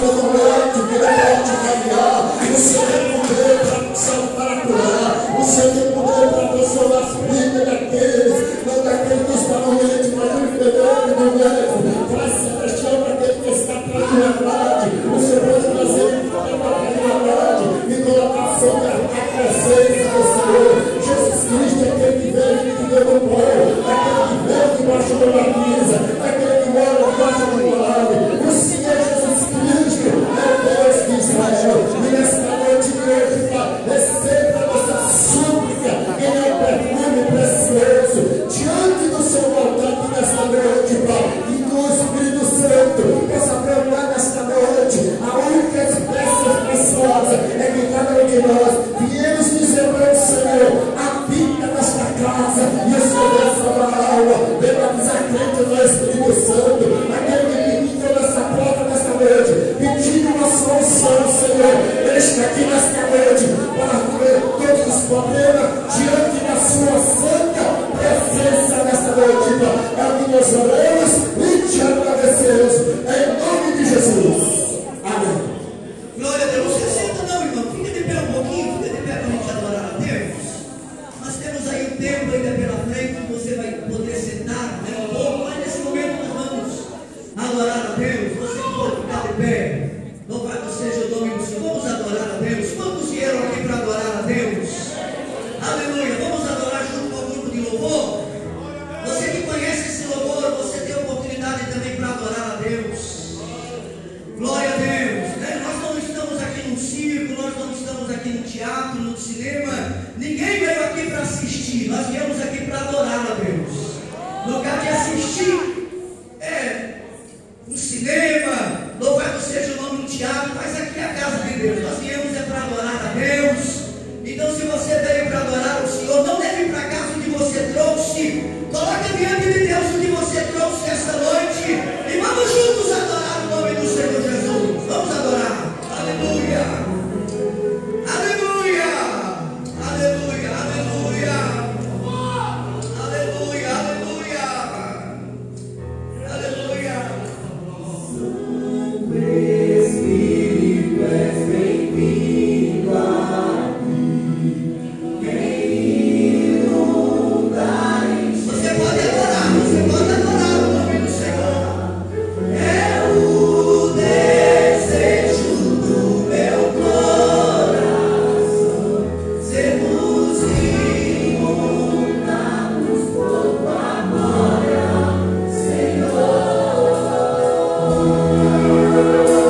todo leite que não pode caminhar. O Senhor tem poder para curar. O Senhor tem poder para consolar as vidas daqueles, não daqueles que estão doentes, mas do enfermeiro e do médico. Pai celestial, para aquele que está para a verdade. O Senhor pode trazer para a verdade e colocar sobre a presença do Senhor. Jesus Cristo é aquele que veio e que deu no pão, aquele que veio debaixo da baliza, aquele que mora debaixo do milagre. O Senhor Jesus Cristo é o Deus de Israel. E nesta noite de hoje, Pai, receba a nossa súplica em um perfume precioso diante do seu altar aqui nesta noite, Pai. E do Espírito Santo possa brotar nesta noite a única expressão preciosa é que cada um de nós viemos dizer para o Senhor: habita nesta casa, e o Senhor vai salvar a alma, vem batizar crente no Espírito Santo, aquele que entrou nessa porta nesta noite, pedindo uma solução, Senhor. Ele está aqui nesta noite para ver todos os problemas diante da sua santa presença nesta noite. É o que nós oramos e te agradecemos, em nome de Jesus. Amém. Glória a Deus. Não se senta não, irmão. Fica de pé um pouquinho, fica de pé para a gente adorar a Deus. Nós temos aí um tempo ainda pela frente, você vai poder sentar um pouco, mas nesse momento nós vamos adorar a Deus. Você pode ficar de pé. Louvado seja o nome do Senhor. Vamos adorar a Deus. Quantos vieram aqui para adorar a Deus? Aleluia. Vamos adorar junto com o grupo de louvor. Você que conhece esse louvor, você tem oportunidade também para adorar a Deus. Glória a Deus, né? Nós não estamos aqui num circo, nós não estamos aqui no teatro, no cinema. Ninguém veio aqui para assistir, nós viemos aqui para adorar a Deus. No lugar de assistir no cinema, louvado seja o nome do teatro, mas aqui é a casa de Deus. Nós viemos para adorar a Deus. Então, se você veio para adorar o Senhor, não leve para casa o que você trouxe. Coloque diante de Deus o que você trouxe esta noite e vamos juntos adorar o nome do Senhor Jesus. Vamos adorar. Aleluia. Aleluia. Aleluia. Aleluia. Aleluia. Aleluia. Aleluia. Espírito és bem-vindo aqui. Quem inunda em Você pode adorar o nome do Senhor. é o desejo do meu coração. Sermos inundados por tua glória, Senhor.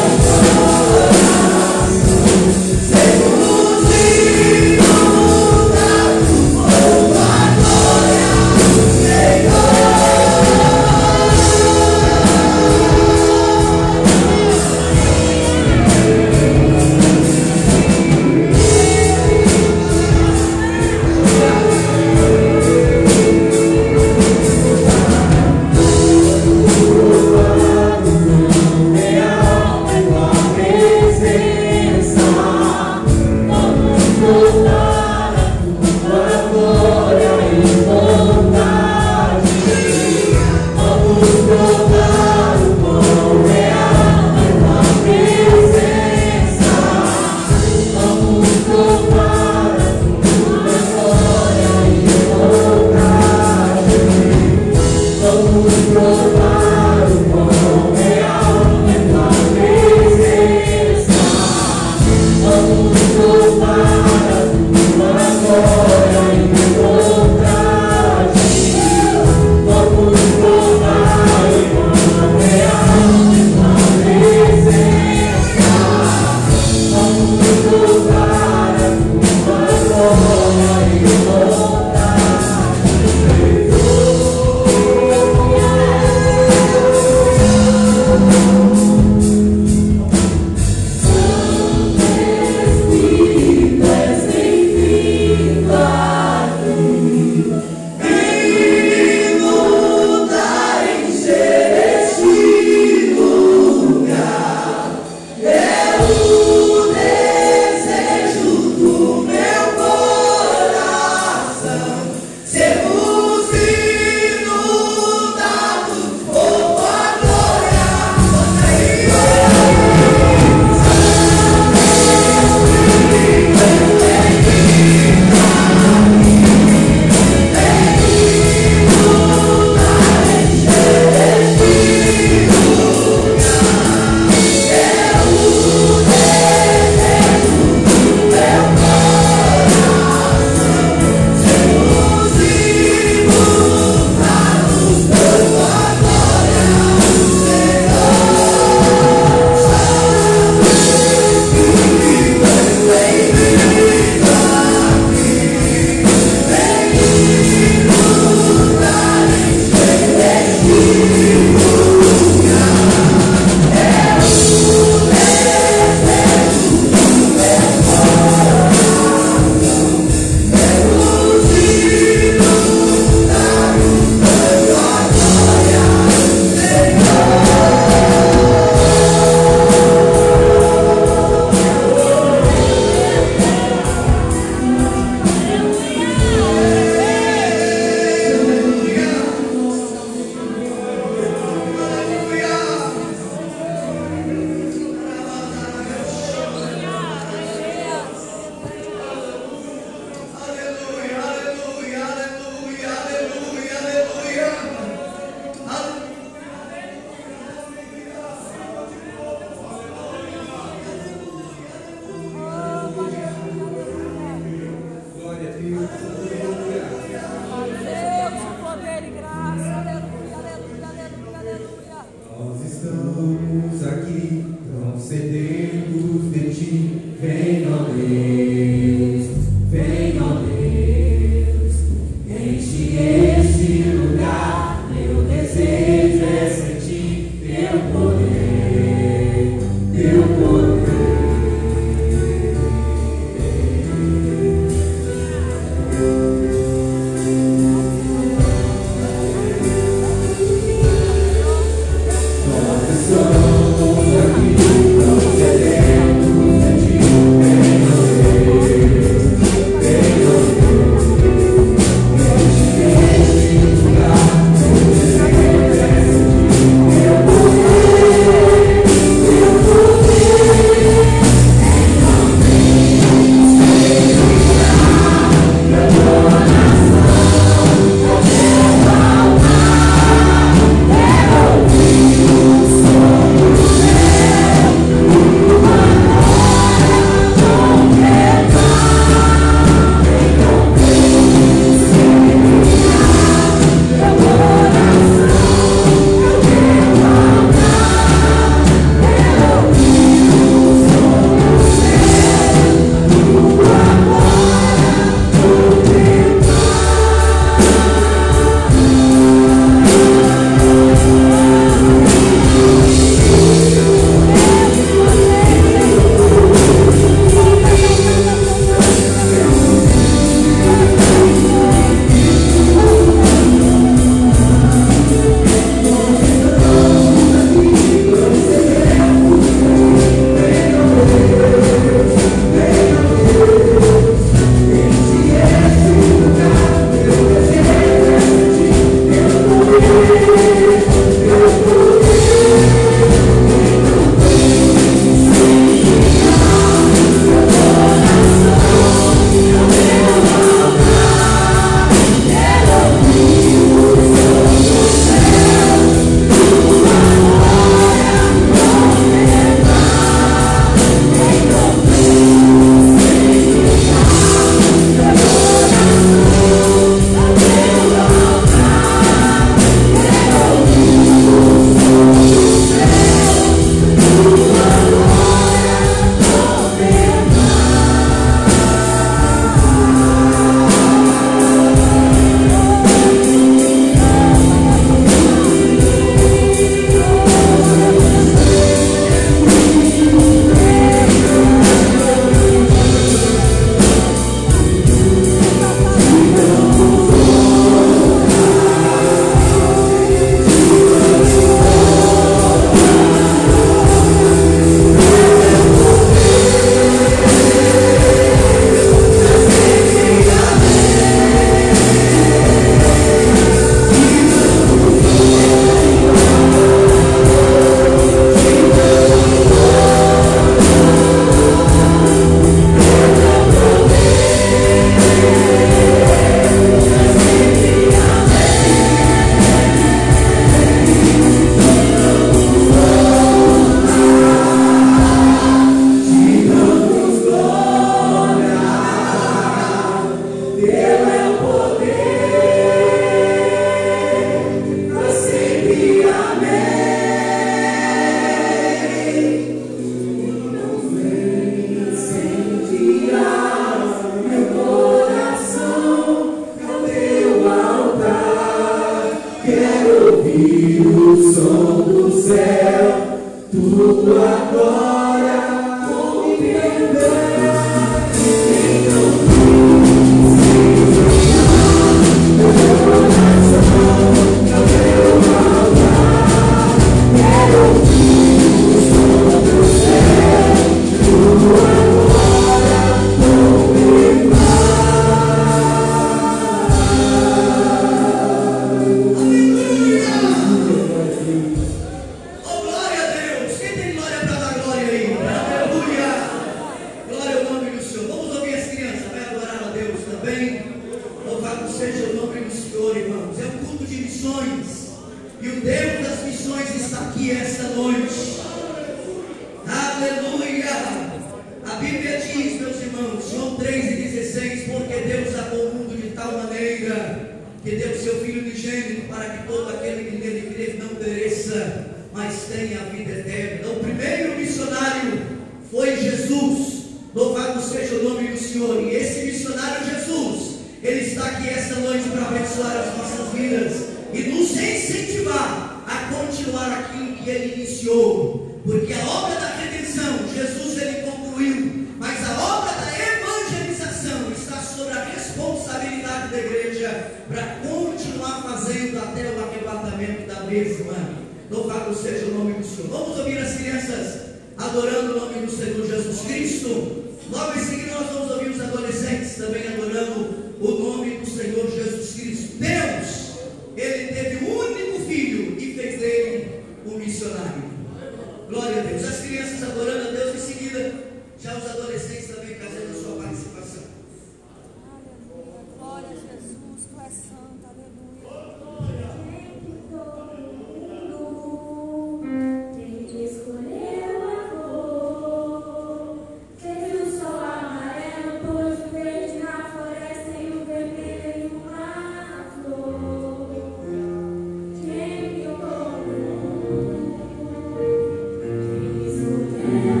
Yeah.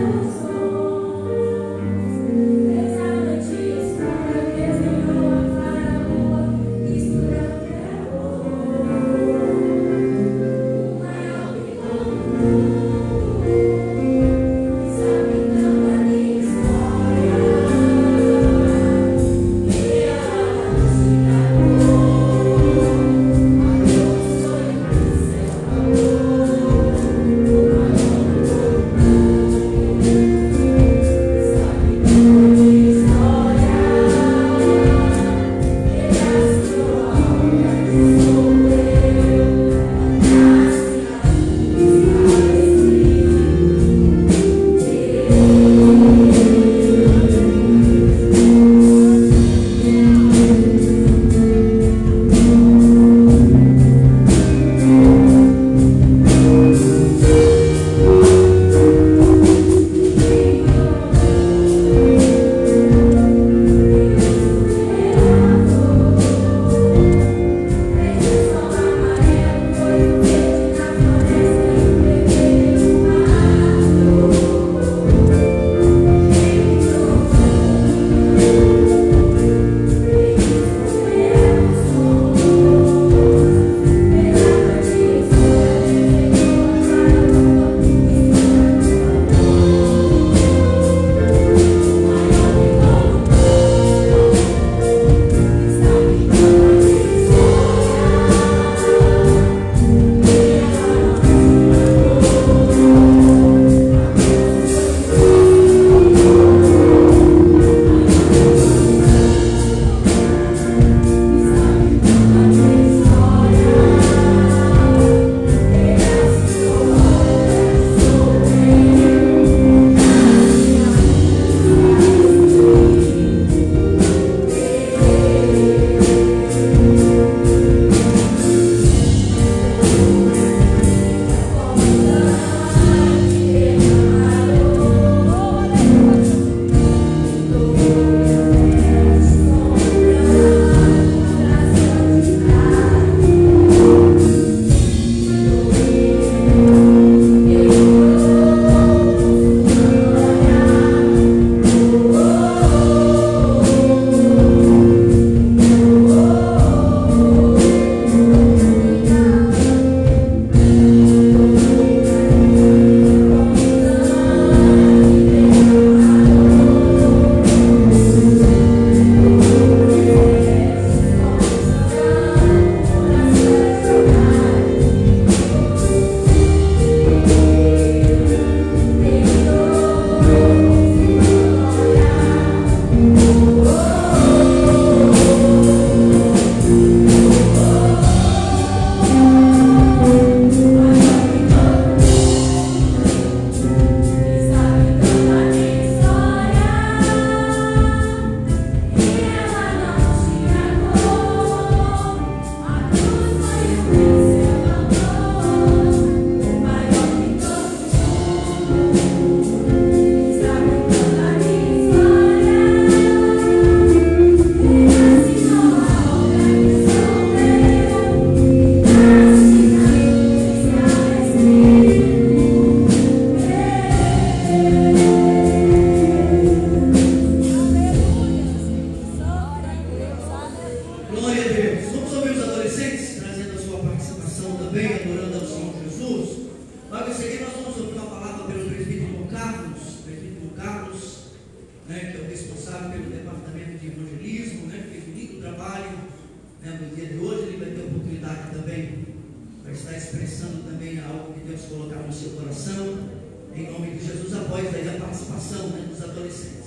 adolescentes trazendo a sua participação também, adorando ao Senhor Jesus. Logo em seguida nós vamos ouvir uma palavra pelo presbítero Carlos, né, que é o responsável pelo departamento de evangelismo, né, que fez um lindo trabalho, né, no dia de hoje. Ele vai ter oportunidade também para estar expressando também algo que Deus colocar no seu coração, em nome de Jesus, após aí a participação, né, dos adolescentes.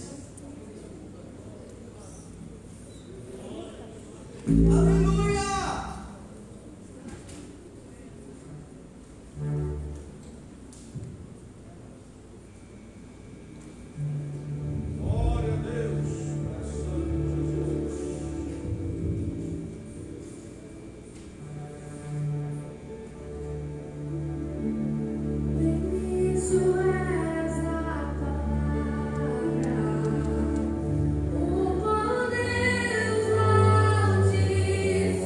Aleluia! Glória a Deus. Isso és a palavra, o bom Deus Altíssimo.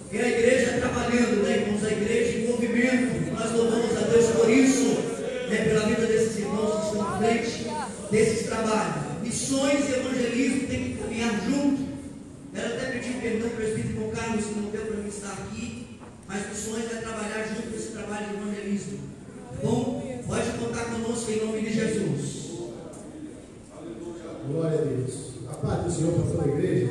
E a igreja trabalhando, né, irmãos? A igreja em movimento. Nós louvamos a Deus por isso, né, pela vida desses irmãos que estão à frente desses trabalhos. Missões e evangelismo tem que caminhar junto. Quero até pedir perdão para o presbítero João Carlos, se não deu para mim estar aqui, mas missões vai trabalhar junto com esse trabalho de evangelismo. Tá bom? Pode contar conosco em nome de Jesus. Glória a Deus. A paz do Senhor para toda a igreja.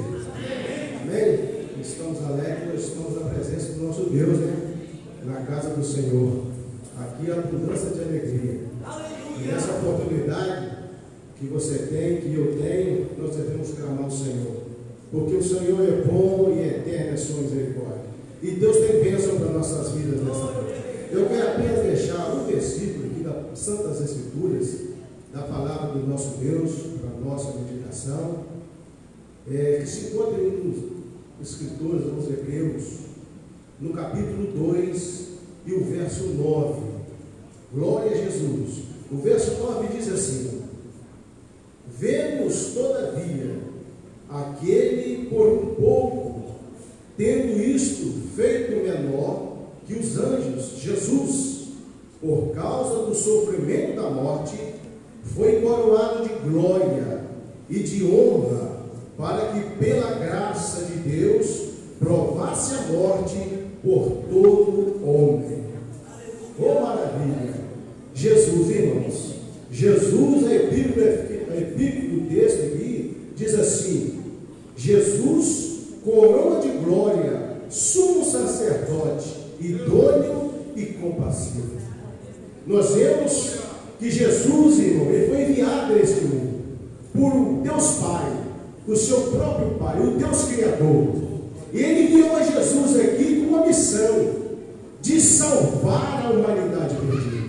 Amém? Estamos alegres, estamos na presença do nosso Deus, né? Na casa do Senhor. Aqui há abundância de alegria. E nessa oportunidade que você tem, que eu tenho, nós devemos clamar ao Senhor. Porque o Senhor é bom e eterna é a sua misericórdia. E Deus tem bênção para nossas vidas nessa noite. Eu quero apenas deixar um versículo aqui das Santas Escrituras, da palavra do nosso Deus, para a nossa meditação, que se encontra em um dos escritores aos Hebreus, no capítulo 2 e o verso 9. Glória a Jesus. O verso 9 diz assim: vemos, todavia, aquele por um pouco, tendo isto feito menor que os anjos, Jesus, por causa do sofrimento da morte, foi coroado de glória e de honra, para que pela graça de Deus provasse a morte por todo homem. Oh, maravilha! Jesus, irmãos, Jesus, a epígrafe do texto aqui diz assim: Jesus, coroa de glória, sumo sacerdote, idôneo e compassivo. Nós vemos que Jesus, irmão, ele foi enviado a este mundo por Deus Pai, o seu próprio Pai, o Deus Criador. E ele enviou a Jesus aqui com uma missão de salvar a humanidade perdida.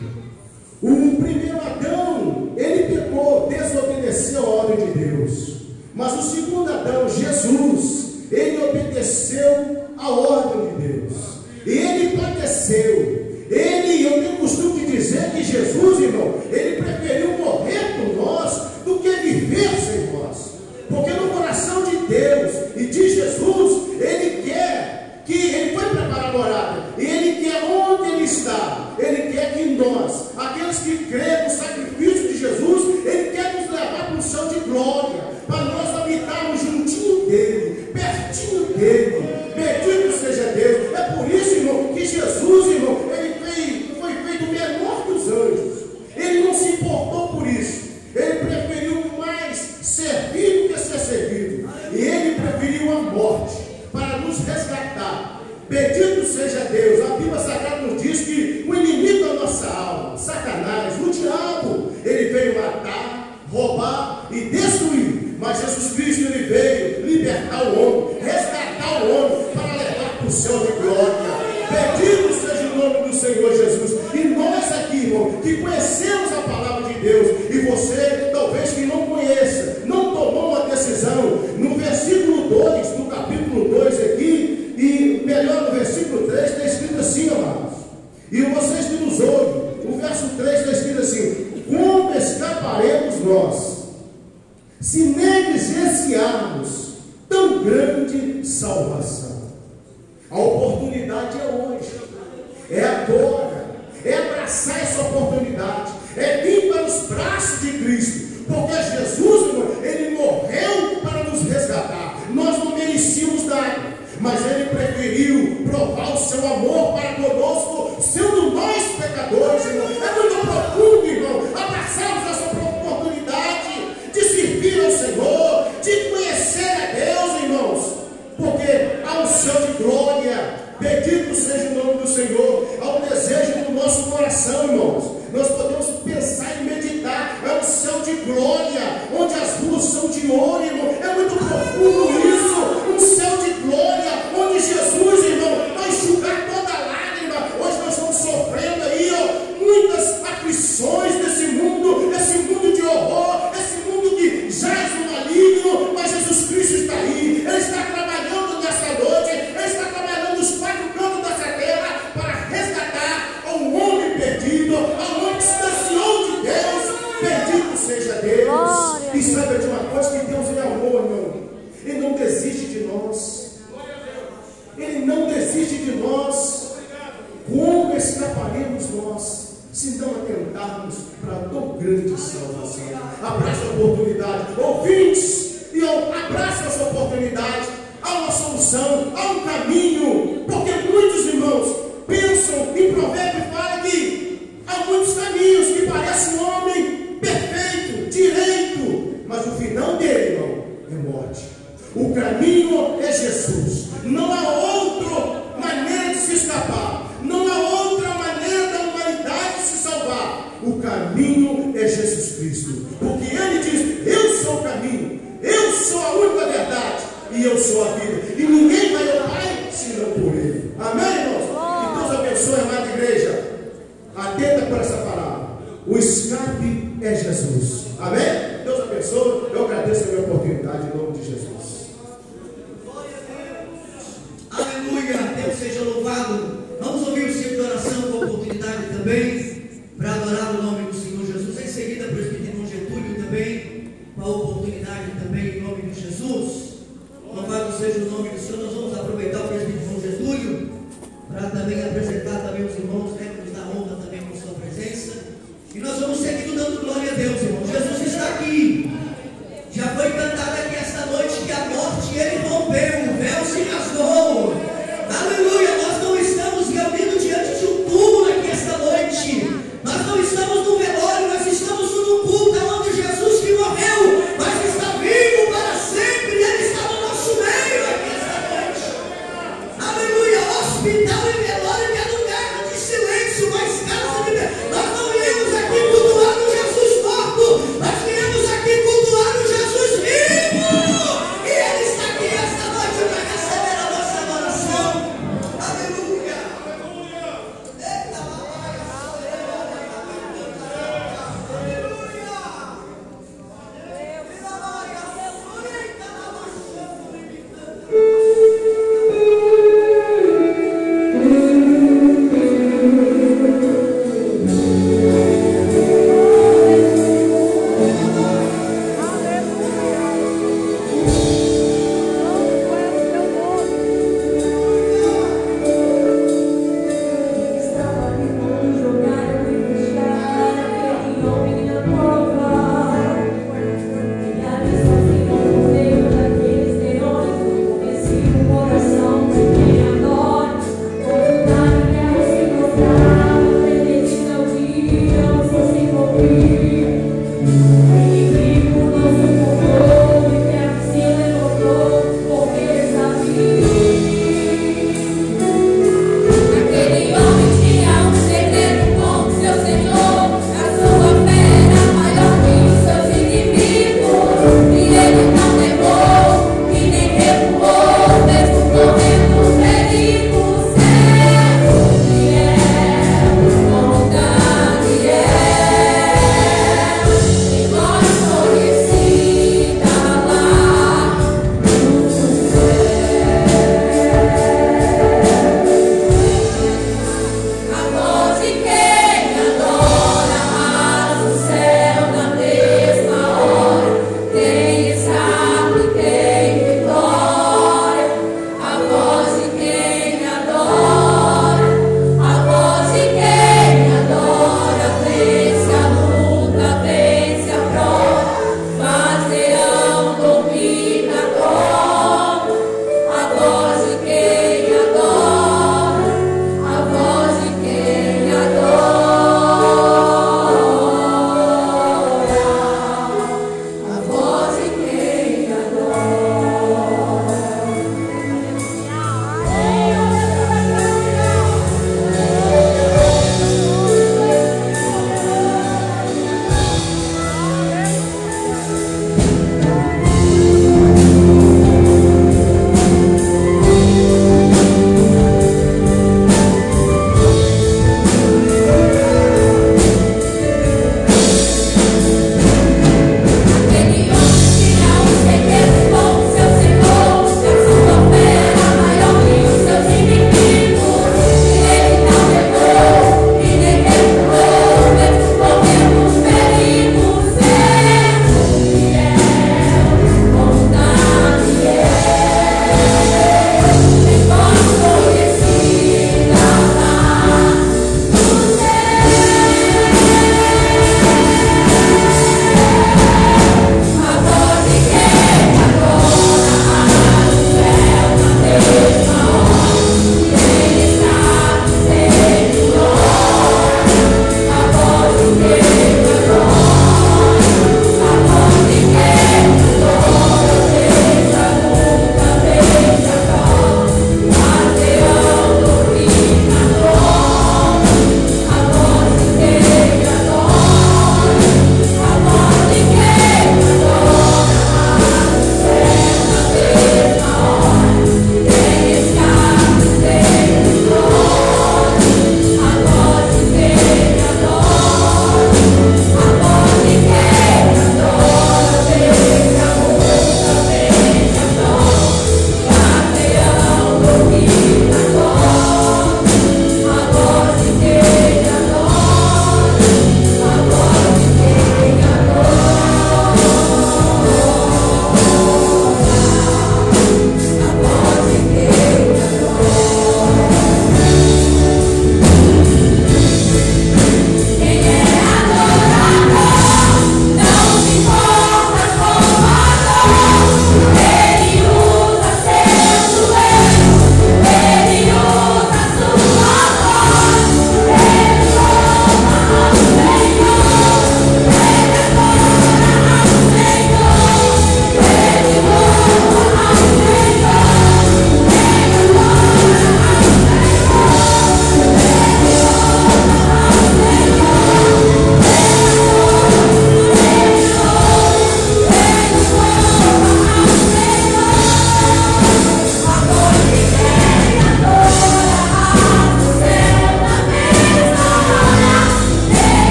O primeiro Adão, ele pecou, desobedeceu a ordem de Deus. Mas o segundo Adão, Jesus, ele obedeceu a ordem de Deus. E ele padeceu. Eu tenho costume de dizer que Jesus, irmão, ele preferiu morrer por nós do que viver sem nós. Porque no coração de Deus e de Jesus, ele quer que ele foi preparar a morada. E ele quer onde ele está. Ele quer que nós, aqueles que creem no sacrifício de Jesus, ele quer nos levar para o céu de glória, para nós habitarmos juntinho dele, pertinho dele. Bendito seja Deus. É por isso, irmão, que Jesus, irmão, ele foi feito menor que os anjos. Ele não se importou por isso. Ele preferiu mais servir do que ser servido. E ele preferiu a morte para nos resgatar. Bendito seja Deus. A Bíblia Sagrada nos diz que o inimigo da nossa alma, Satanás, o diabo, ele veio matar, roubar e destruir. Mas Jesus Cristo, ele veio libertar o homem, resgatar o homem para levar para o céu de glória. Bendito seja o nome do Senhor Jesus. E nós aqui, irmão, que conhecemos a palavra de Deus, e você, talvez que não conheça, não tomou uma decisão, no versículo 2, no capítulo 2 aqui, e melhor no versículo 3, está escrito assim, amados. E vocês que nos ouvem, o verso 3 está escrito assim: como escaparemos nós, se negligenciarmos tão grande salvação? A oportunidade é hoje, é agora, é abraçar essa oportunidade, é vir para os braços de Cristo, porque Jesus, irmão, ele morreu para nos resgatar. Nós não merecíamos nada, mas ele preferiu provar o seu amor para conosco, sendo nós pecadores, irmão. É muito profundo, irmão, abraçarmos essa oportunidade de servir ao Senhor, de conhecer a Deus, irmãos, porque há um céu de glória. Bendito seja o nome do Senhor. Há um desejo no nosso coração, irmãos. Nós podemos pensar e meditar. É um céu de glória, onde as ruas são de ouro, irmão. É muito profundo isso. Um céu de glória, onde Jesus, irmão, vai enxugar toda a lágrima. Hoje nós estamos sofrendo aí, ó, muitas aflições desse mundo, esse mundo de horror, esse mundo que jaz no maligno. Mas Jesus Cristo está aí. Ele está trabalhando nesta noite. Ele está trabalhando os quatro cantos dessa terra para nós se não atentarmos para tão grande salvação? Abraça a oportunidade, ouvintes, e abraça essa oportunidade. Há uma solução, há um caminho, porque muitos irmãos pensam, em Provérbio fala que há muitos caminhos que parece um homem perfeito, direito, mas o final dele, irmão, é morte. O caminho é Jesus. Não há outra maneira de se escapar. Não há outra maneira da humanidade se salvar. O caminho é Jesus Cristo. Porque Ele diz: eu sou o caminho, eu sou a única verdade e eu sou a vida. E ninguém vai ao Pai senão por Ele. Amém, irmãos? Que Deus abençoe, amada igreja. Atenta por essa palavra. O escape é Jesus. Amém? Deus abençoe. Eu agradeço a minha oportunidade em nome de Jesus. Aleluia, Deus seja louvado. Vamos ouvir o ciclo de oração com a oportunidade também para adorar o nome do Senhor Jesus. Em seguida, o presbítero Getúlio também, com a oportunidade também em nome de Jesus. Louvado seja o nome do Senhor. Nós vamos aproveitar o presbítero Getúlio para também apresentar também os irmãos, né, que nos dá honra também com sua presença. E nós vamos seguindo dando glória a Deus, irmão. Jesus está aqui. Já foi cantado aqui esta noite que a morte Ele rompeu, o véu se rasgou. Aleluia, nós não estamos reunidos diante de um túmulo aqui esta noite. Nós não estamos no velório, nós estamos num culto onde Jesus que morreu, mas está vivo para sempre. Ele está no nosso meio aqui esta noite. Aleluia, hospital e velório que é lugar de silêncio, mas casa de Deus. Nós não viemos aqui cultuar o Jesus morto, nós viemos aqui cultuar o Jesus vivo. E Ele está aqui esta noite para receber a nossa adoração. Aleluia. Eita, aleluia.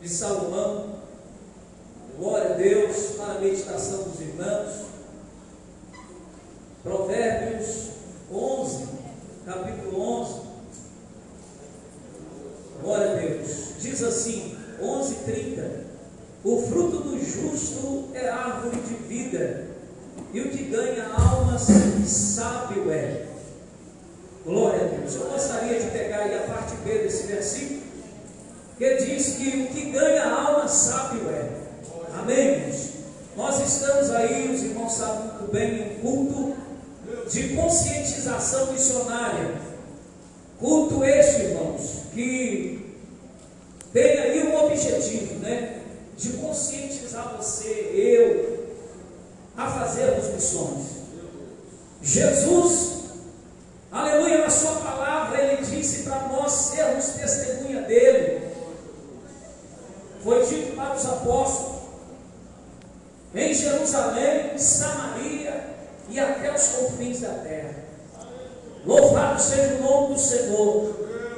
Salomão. Glória a Deus, para a meditação dos irmãos. Provérbios 11, capítulo 11. Glória a Deus. Diz assim, 11:30. O fruto do justo é árvore de vida, e o que ganha almas sábio é. Glória a Deus. Eu gostaria de pegar aí a parte B desse versículo, que diz que o que ganha alma sábio é. Amém, irmãos? Nós estamos aí, os irmãos sabem muito bem, em um culto de conscientização missionária. Culto este, irmãos, que tem aí um objetivo, né? De conscientizar você, eu, a fazermos missões. Jesus, aleluia, na sua palavra, ele disse para nós sermos testemunha dele. Foi dito para os apóstolos, em Jerusalém, Samaria e até os confins da terra. Louvado seja o nome do Senhor.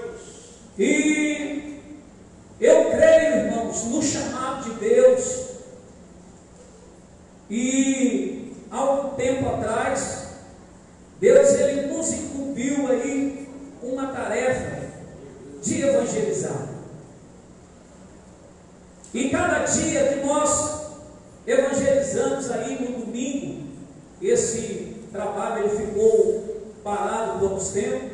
E eu creio, irmãos, no chamado de Deus. E há algum tempo atrás, Deus ele nos incumbiu aí uma tarefa de evangelizar. E cada dia que nós evangelizamos aí no domingo, esse trabalho ele ficou parado por uns tempos,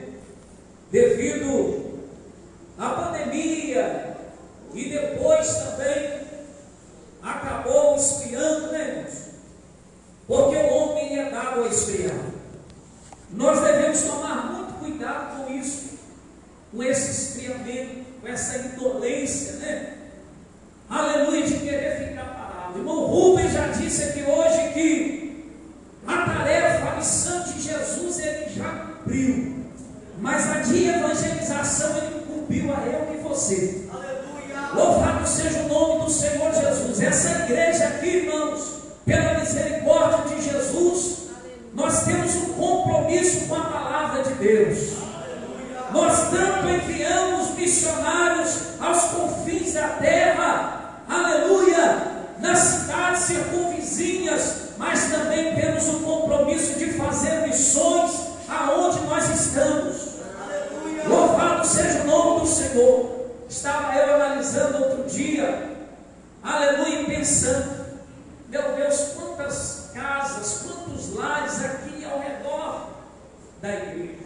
devido à pandemia, e depois também acabou esfriando, né, irmãos? Porque o homem é dado a esfriar. Nós devemos tomar muito cuidado com isso, com esse esfriamento, com essa indolência, né? Aleluia, de querer ficar parado. Irmão Rubens já disse aqui hoje que a tarefa, a missão de Jesus ele já cumpriu, mas a de evangelização ele cumpriu a eu e você. Aleluia. Louvado seja o nome do Senhor Jesus. Essa igreja aqui, irmãos, pela misericórdia de Jesus, nós temos um compromisso com a palavra de Deus. Aleluia. Nós tanto enviamos missionários aos confins da terra, aleluia, nas cidades circunvizinhas, mas também temos o compromisso de fazer missões aonde nós estamos. Aleluia. Louvado seja o nome do Senhor. Estava eu analisando outro dia, aleluia, pensando, meu Deus, quantas casas, quantos lares aqui ao redor da igreja,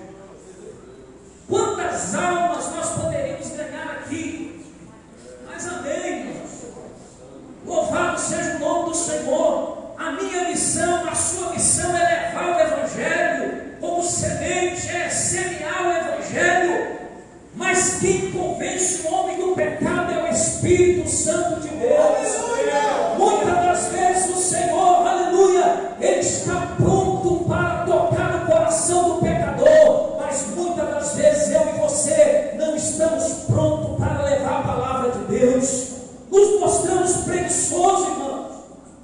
quantas almas nós poderíamos ganhar aqui. Mas amém, irmãos. Louvado seja o nome do Senhor. A minha missão, a sua missão é levar o Evangelho como semente, é semear o Evangelho. Mas quem convence o homem do pecado é o Espírito Santo de Deus. Aleluia. Muitas das vezes o Senhor, aleluia, Ele está pronto para tocar no coração do pecador, mas muitas das vezes eu e você não estamos prontos para levar a palavra de Deus. Nos mostramos preguiçosos, irmãos.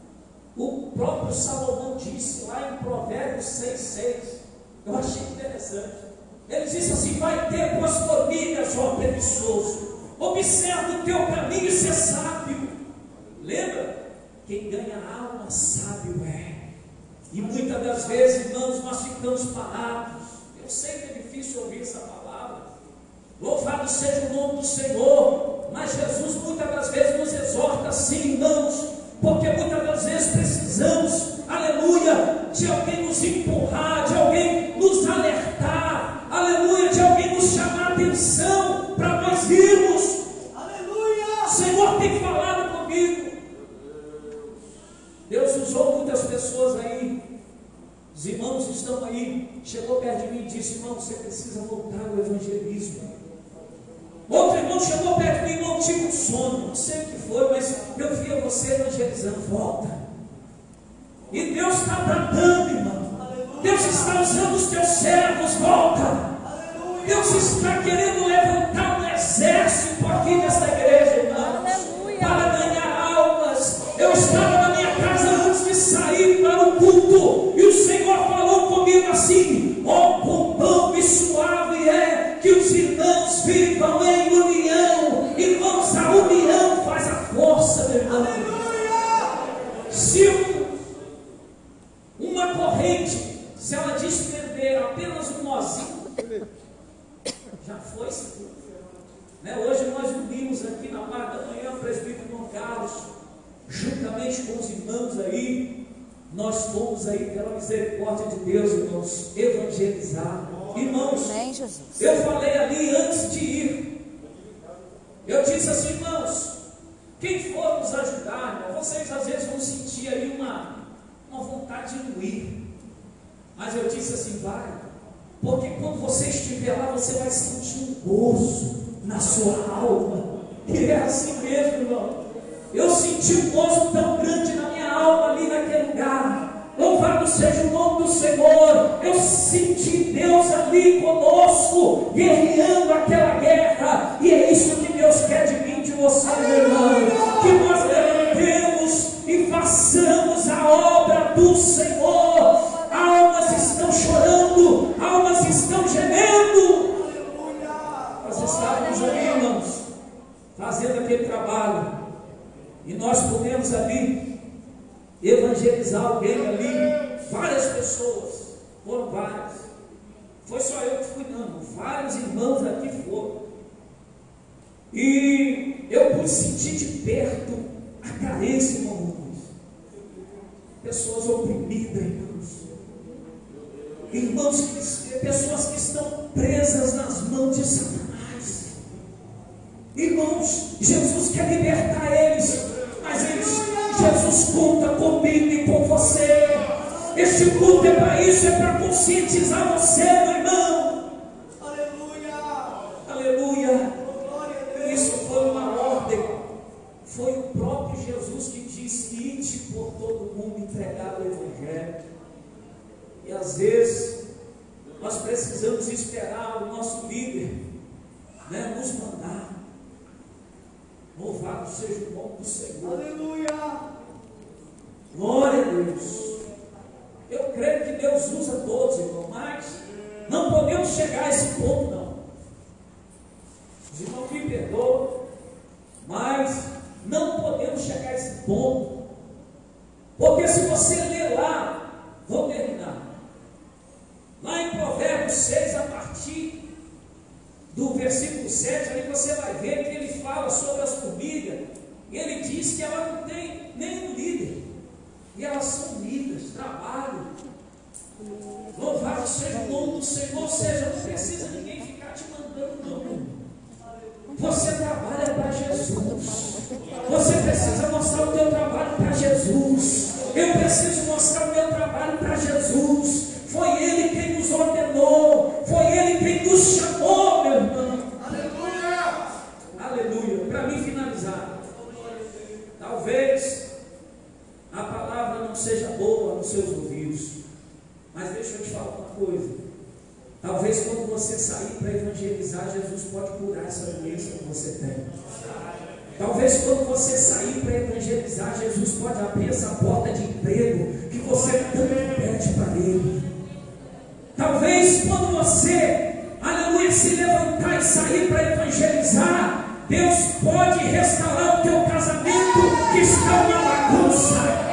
O próprio Salomão disse lá em Provérbios 6:6, eu achei interessante. Ele disse assim: vai ter com as formigas, ó preguiçoso, observa o teu caminho e ser sábio. Lembra? Quem ganha alma sábio é. E muitas das vezes, irmãos, nós ficamos parados. Eu sei que é difícil ouvir essa palavra. Louvado seja o nome do Senhor. Mas Jesus muitas das vezes nos exorta assim, irmãos, porque muitas das vezes precisamos, aleluia, de alguém nos empurrar, de alguém nos alertar, aleluia, de alguém nos chamar a atenção para nós irmos. Aleluia! O Senhor tem falado comigo. Deus usou muitas pessoas aí. Os irmãos estão aí. Chegou perto de mim e disse: irmão, você precisa voltar ao evangelismo. Outro irmão chegou perto de mim: irmão, tive um sono, não sei o que foi, mas eu via você evangelizando. Volta. E Deus está tratando, irmão. Deus está usando os teus servos. Volta. Deus está querendo levantar um exército aqui nesta igreja, irmãos, para ganhar almas. Eu estava na minha casa antes de sair para o culto, e o Senhor falou comigo assim: ó, quão bom e suave é que os irmãos vivam em união. Irmãos, a união faz a juntamente com os irmãos aí, nós fomos aí, pela misericórdia de Deus, irmãos, evangelizar. Irmãos, Amém, Jesus. eu falei ali antes de ir, eu disse assim, irmãos, quem for nos ajudar, irmão, vocês às vezes vão sentir aí uma vontade de não ir, mas eu disse assim, vai, porque quando você estiver lá, você vai sentir um gozo na sua alma, e é assim mesmo, irmão. Eu senti um gozo tão grande na minha alma ali naquele lugar. Louvado seja o nome do Senhor. Eu senti Deus ali conosco, guerreando aquela guerra. E é isso que Deus quer de mim, de você, meu irmão. Que nós levantemos e façamos a obra do Senhor. Almas estão chorando, almas estão gemendo. Nós estávamos ali, irmãos, fazendo aquele trabalho. E nós podemos ali evangelizar alguém ali, várias pessoas, foram várias. Foi só eu que fui, não, vários irmãos aqui foram. E eu pude sentir de perto a carência, irmãos. Pessoas oprimidas, irmãos. Irmãos, pessoas que estão presas nas mãos de Satanás. Irmãos, Jesus quer libertar eles. Mas Jesus conta comigo e com você. Este culto é para isso, é para conscientizar você, meu irmão. Aleluia! Aleluia! Isso foi uma ordem. Foi o próprio Jesus que disse: ide por todo mundo entregar o Evangelho. E às vezes nós precisamos esperar o nosso líder, né, nos mandar. Louvado seja o nome do Senhor. Aleluia! Glória a Deus. Eu creio que Deus usa todos, irmão, mas não podemos chegar a esse ponto, não. Os irmãos me perdoam, mas não podemos chegar a esse ponto. Porque se você ler lá, vou terminar. Lá em Provérbios 6, a partir do versículo 7, aí você vai ver que ele fala sobre as formigas, e ele diz que ela não tem nenhum líder, e elas são unidas, trabalham. Louvado seja o nome do Senhor. Ou seja, não precisa ninguém ficar te mandando, não. Você trabalha para Jesus. Você precisa mostrar o teu trabalho para Jesus. Eu preciso mostrar o meu trabalho para Jesus. Foi Ele quem nos ordenou, foi Ele quem nos chamou, meu irmão. Aleluia! Aleluia. Para mim finalizar, talvez a palavra não seja boa nos seus ouvidos, mas deixa eu te falar uma coisa. Talvez quando você sair para evangelizar, Jesus pode curar essa doença que você tem. Talvez quando você sair para evangelizar, Jesus pode abrir essa porta de emprego que você tanto pede para Ele. Talvez quando você, aleluia, se levantar e sair para evangelizar, Deus pode restaurar o teu casamento que está uma bagunça.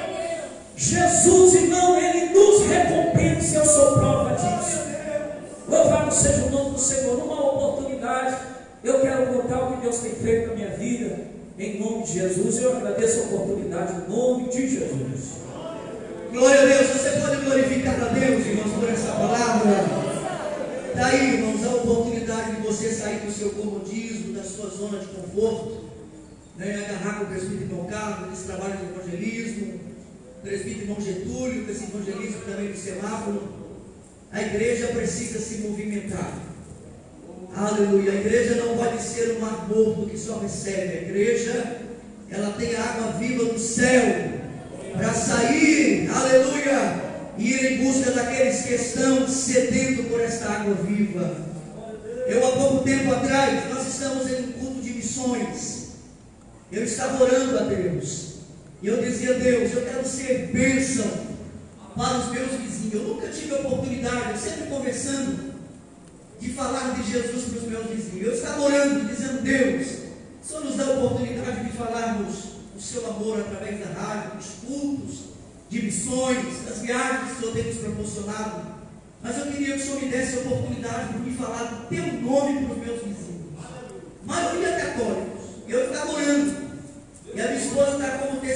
Jesus, irmão, Ele nos recompensa, eu sou prova disso. Louvado seja o nome do Senhor. Numa oportunidade, eu quero contar o que Deus tem feito na minha vida, em nome de Jesus. Eu agradeço a oportunidade, em nome de Jesus. Glória a Deus. Você pode glorificar a Deus, irmãos, por essa palavra. Daí, irmãos, a oportunidade de você sair do seu comodismo, da sua zona de conforto, né, agarrar com o presbítero irmão Carlos, nesse trabalho de evangelismo, o presbítero irmão Getúlio, desse evangelismo também do semáforo. A igreja precisa se movimentar. Aleluia. A igreja não pode ser um mar morto que só recebe. A igreja, ela tem a água viva do céu para sair, aleluia, e ir em busca daqueles que estão sedentos por esta água viva. Eu, há pouco tempo atrás, nós estamos em um culto de missões. Eu estava orando a Deus, e eu dizia: Deus, eu quero ser bênção para os meus vizinhos. Eu nunca tive a oportunidade, eu sempre conversando, de falar de Jesus para os meus vizinhos. Eu estava orando, dizendo: Deus, o Senhor nos dá a oportunidade de falarmos o seu amor através da rádio, dos cultos, de missões, das viagens que o Senhor tem nos proporcionado. Mas eu queria que o Senhor me desse a oportunidade de me falar do teu nome para os meus vizinhos. Maioria católicos. Eu estava orando, e a minha esposa está como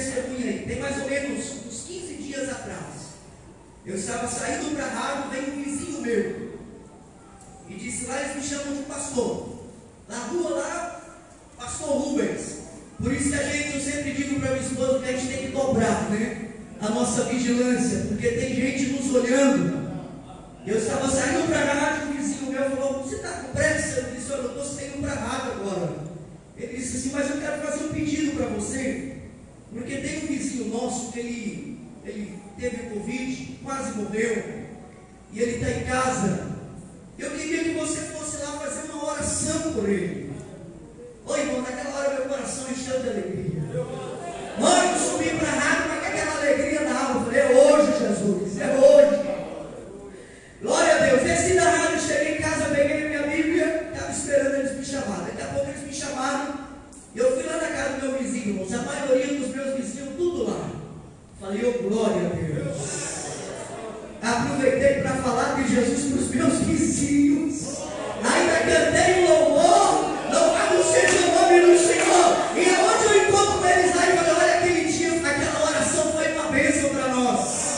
bem, tem mais ou menos uns 15 dias atrás. Eu estava saindo para a rádio, veio um vizinho meu e disse: lá eles me chamam de pastor. Na rua lá, pastor Rubens. Por isso que eu sempre digo para minha esposa que a gente tem que dobrar, né, a nossa vigilância, porque tem gente nos olhando. Eu estava saindo para a rádio, um vizinho meu falou: você está com pressa? Eu disse: olha, eu estou saindo para a rádio agora. Ele disse assim: mas eu quero fazer um pedido para você, porque tem um vizinho nosso que ele teve Covid, quase morreu, e ele está em casa. Eu queria que você fosse lá fazer uma oração por ele. Oi, irmão, naquela hora meu coração encheu de alegria. Mãe, eu subi para a rádio, mas com aquela alegria na alma. Eu falei: é hoje, Jesus, é hoje. Glória a Deus. Desci da rádio, cheguei em casa, peguei minha Bíblia, estava esperando eles me chamarem. Daqui a pouco eles me chamaram, e eu fui lá na casa do meu vizinho, irmãos. A maioria dos meus vizinhos, tudo lá. Falei: oh, glória a Deus. Aproveitei para falar de Jesus para os meus vizinhos. Ainda cantei um louvor. Louvado seja o nome do Senhor. E aonde eu encontro eles lá, e falei: olha, aquele dia, aquela oração foi uma bênção para nós.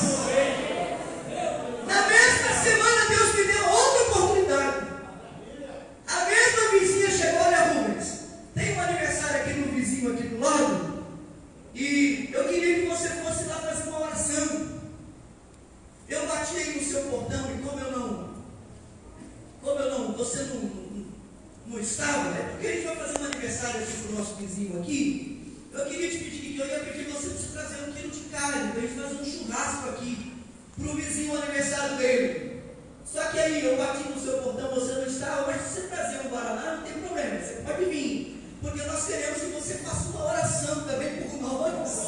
Na mesma semana, Deus me deu outra oportunidade. A mesma vizinha chegou: olha, Rubens, tem um aniversário aqui no vizinho aqui do lado, e eu queria que você fosse lá fazer uma oração. Eu bati aí no seu portão, e você não estava, né? Porque a gente vai fazer um aniversário aqui para o nosso vizinho aqui. Eu queria te pedir, que eu ia pedir você para você trazer 1 quilo de carne, para a gente fazer um churrasco aqui para o vizinho, o aniversário dele. Só que aí eu bati no seu portão, você não estava, mas se você trazer um guaraná, não tem problema, você pode vir, porque nós queremos que você faça uma oração também por nós.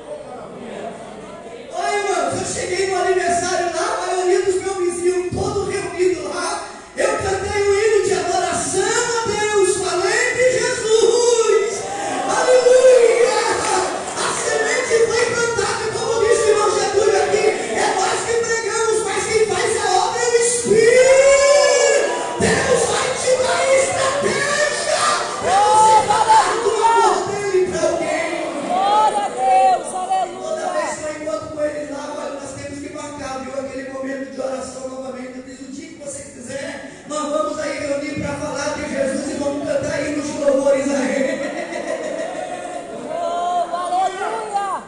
Oi, irmãos, eu cheguei no aniversário lá, a maioria dos meus vizinhos, todo reunido lá. Eu cantei um hino de adoração a Deus, falei de Jesus. Aleluia! A semente foi plantada, como disse o irmão Getúlio aqui. É nós que pregamos, mas quem faz a obra é o Espírito. Deus vai te dar estratégia para você falar do amor dele para alguém. Glória a Deus, aleluia. Toda vez que eu encontro com eles lá, olha, nós temos que marcar, viu, aquele momento de oração novamente. Eu disse: o dia que você quiser, nós vamos aí reunir para falar de Jesus e vamos cantar hinos de louvores a Ele. Oh, aleluia.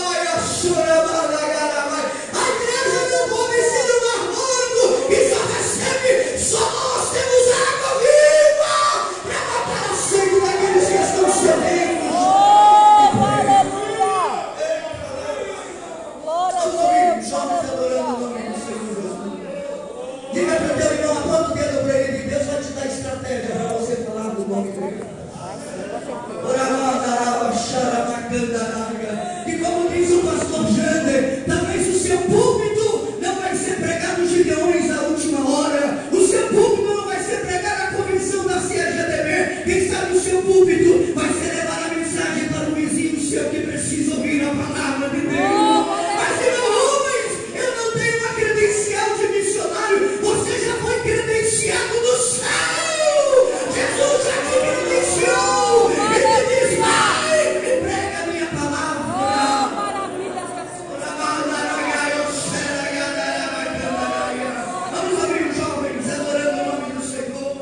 A igreja não pode ser um armando e só recebe, só nós temos água viva para matar a sede daqueles que estão sedentos. Oh, aleluia. Glória a Vamos ouvir Deus, jovens adorando o nome do Senhor. Diga para o teu irmão, aponta o dedo para ele, que Deus vai te dar estratégia para você falar do nome dele. E como diz o pastor Jander, talvez o seu púlpito não vai ser pregado Gideões à última hora. O seu púlpito não vai ser pregar a convenção da CGTB. Quem sabe o seu púlpito vai ser levar a mensagem para o vizinho seu que precisa ouvir a palavra de Deus. Mas irmão Rubens, eu não tenho uma credencial de missionário. Você já foi credenciado do céu. Jesus já te credenciou. Ele diz: vai e prega a minha palavra. Oh, maravilha, Jesus. Vamos ouvir os jovens adorando o nome do Senhor.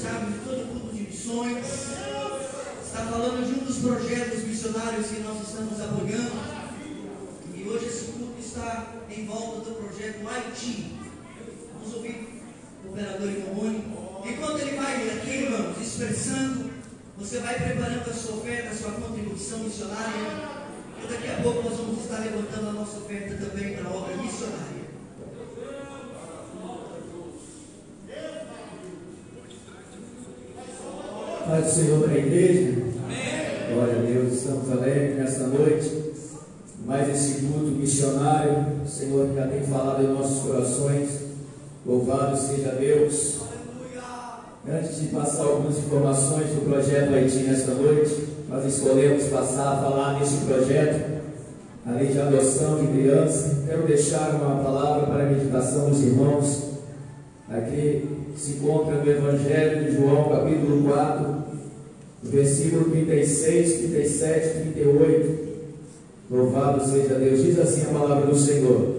sabe, de todo culto de missões. Está falando de um dos projetos missionários que nós estamos apoiando. E hoje esse culto está em volta do projeto Haiti. Vamos ouvir o operador Imomone. Enquanto ele vai aqui, irmãos, expressando, você vai preparando a sua oferta, a sua contribuição missionária. E daqui a pouco nós vamos estar levantando a nossa oferta também para a obra missionária. Paz do Senhor para a igreja. Amém. Glória a Deus, estamos alegres nesta noite. Mais esse culto missionário, o Senhor já tem falado em nossos corações. Louvado seja Deus. Antes de passar algumas informações do projeto Haiti nesta noite, nós escolhemos passar a falar nesse projeto, a lei de adoção de criança. Quero deixar uma palavra para a meditação dos irmãos, aqui se encontra no Evangelho de João, capítulo 4, versículo 36, 37, 38. Louvado seja Deus. Diz assim a palavra do Senhor: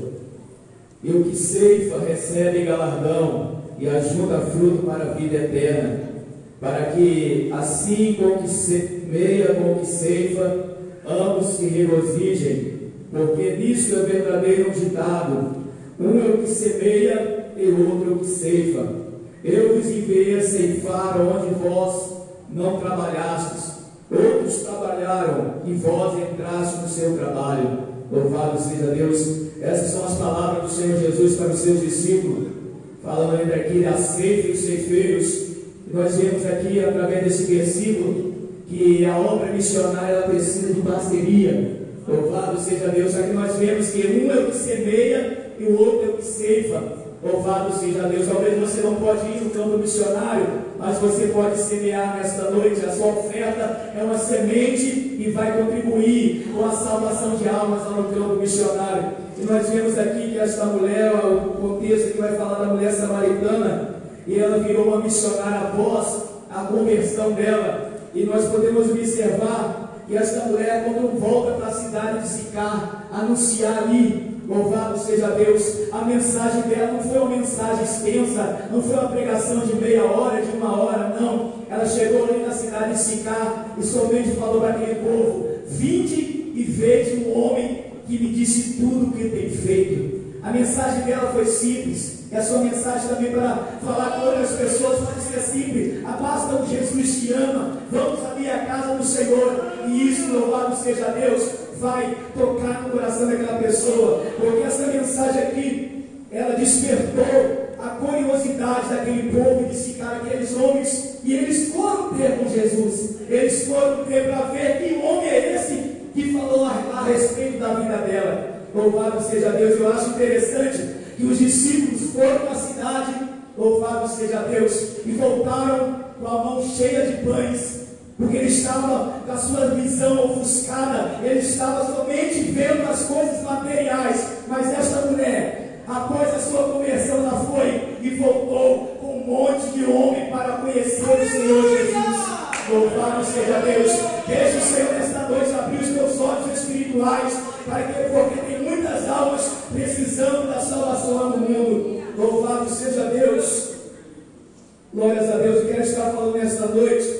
E o que ceifa recebe galardão e ajunta fruto para a vida eterna, para que assim como que semeia como que ceifa, ambos se regozijem, porque nisto é verdadeiro ditado: um é o que semeia e outro é o que ceifa. Eu vos enviei a ceifar onde vós não trabalhastes, outros trabalharam e vós entrastes no seu trabalho. Louvado seja Deus. Essas são as palavras do Senhor Jesus para os seus discípulos, falando ainda aqui da ceifa e os ceifeiros. E nós vemos aqui, através desse versículo, que a obra missionária ela precisa de parceria. Louvado seja Deus. Aqui nós vemos que um é o que semeia e o outro é o que ceifa. Louvado seja Deus. Talvez você não pode ir no campo missionário, mas você pode semear nesta noite. A sua oferta é uma semente e vai contribuir com a salvação de almas lá no campo missionário. E nós vemos aqui que esta mulher, o contexto que vai falar da mulher samaritana, e ela virou uma missionária após a conversão dela. E nós podemos observar que esta mulher, quando volta para a cidade de Sicar, anunciar ali, louvado seja Deus, a mensagem dela não foi uma mensagem extensa, não foi uma pregação de meia hora, de uma hora, não. Ela chegou ali na cidade de Sicar e somente falou para aquele povo: vinde e vede um homem que me disse tudo o que tem feito. A mensagem dela foi simples, e a sua mensagem também para falar com outras pessoas pode ser simples: basta um Jesus que ama, vamos ali à casa do Senhor, e isso, louvado seja Deus, vai tocar no coração daquela pessoa, porque essa mensagem aqui, ela despertou a curiosidade daquele povo de Sicar, aqueles homens, e eles foram ter com Jesus, eles foram ter para ver que homem é esse que falou a respeito da vida dela. Louvado seja Deus. Eu acho interessante que os discípulos foram para a cidade, louvado seja Deus, e voltaram com a mão cheia de pães, porque ele estava com a sua visão ofuscada, ele estava somente vendo as coisas materiais. Mas esta mulher, após a sua conversão, ela foi e voltou com um monte de homem para conhecer o Senhor Jesus. Louvado seja Deus. Deixa o Senhor nesta noite abrir os teus olhos espirituais, porque tem muitas almas precisando da salvação lá no mundo. Louvado seja Deus. Glórias a Deus. Eu quero estar falando nesta noite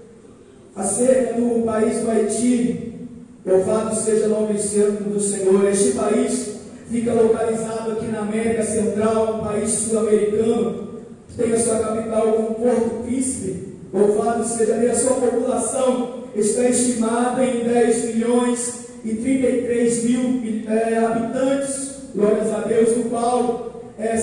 acerca do país do Haiti. Louvado seja o nome santo do Senhor. Este país fica localizado aqui na América Central, um país sul-americano, tem a sua capital como Porto Príncipe. Louvado seja Deus. A sua população está estimada em 10 milhões e 33 mil habitantes. Glórias a Deus. No qual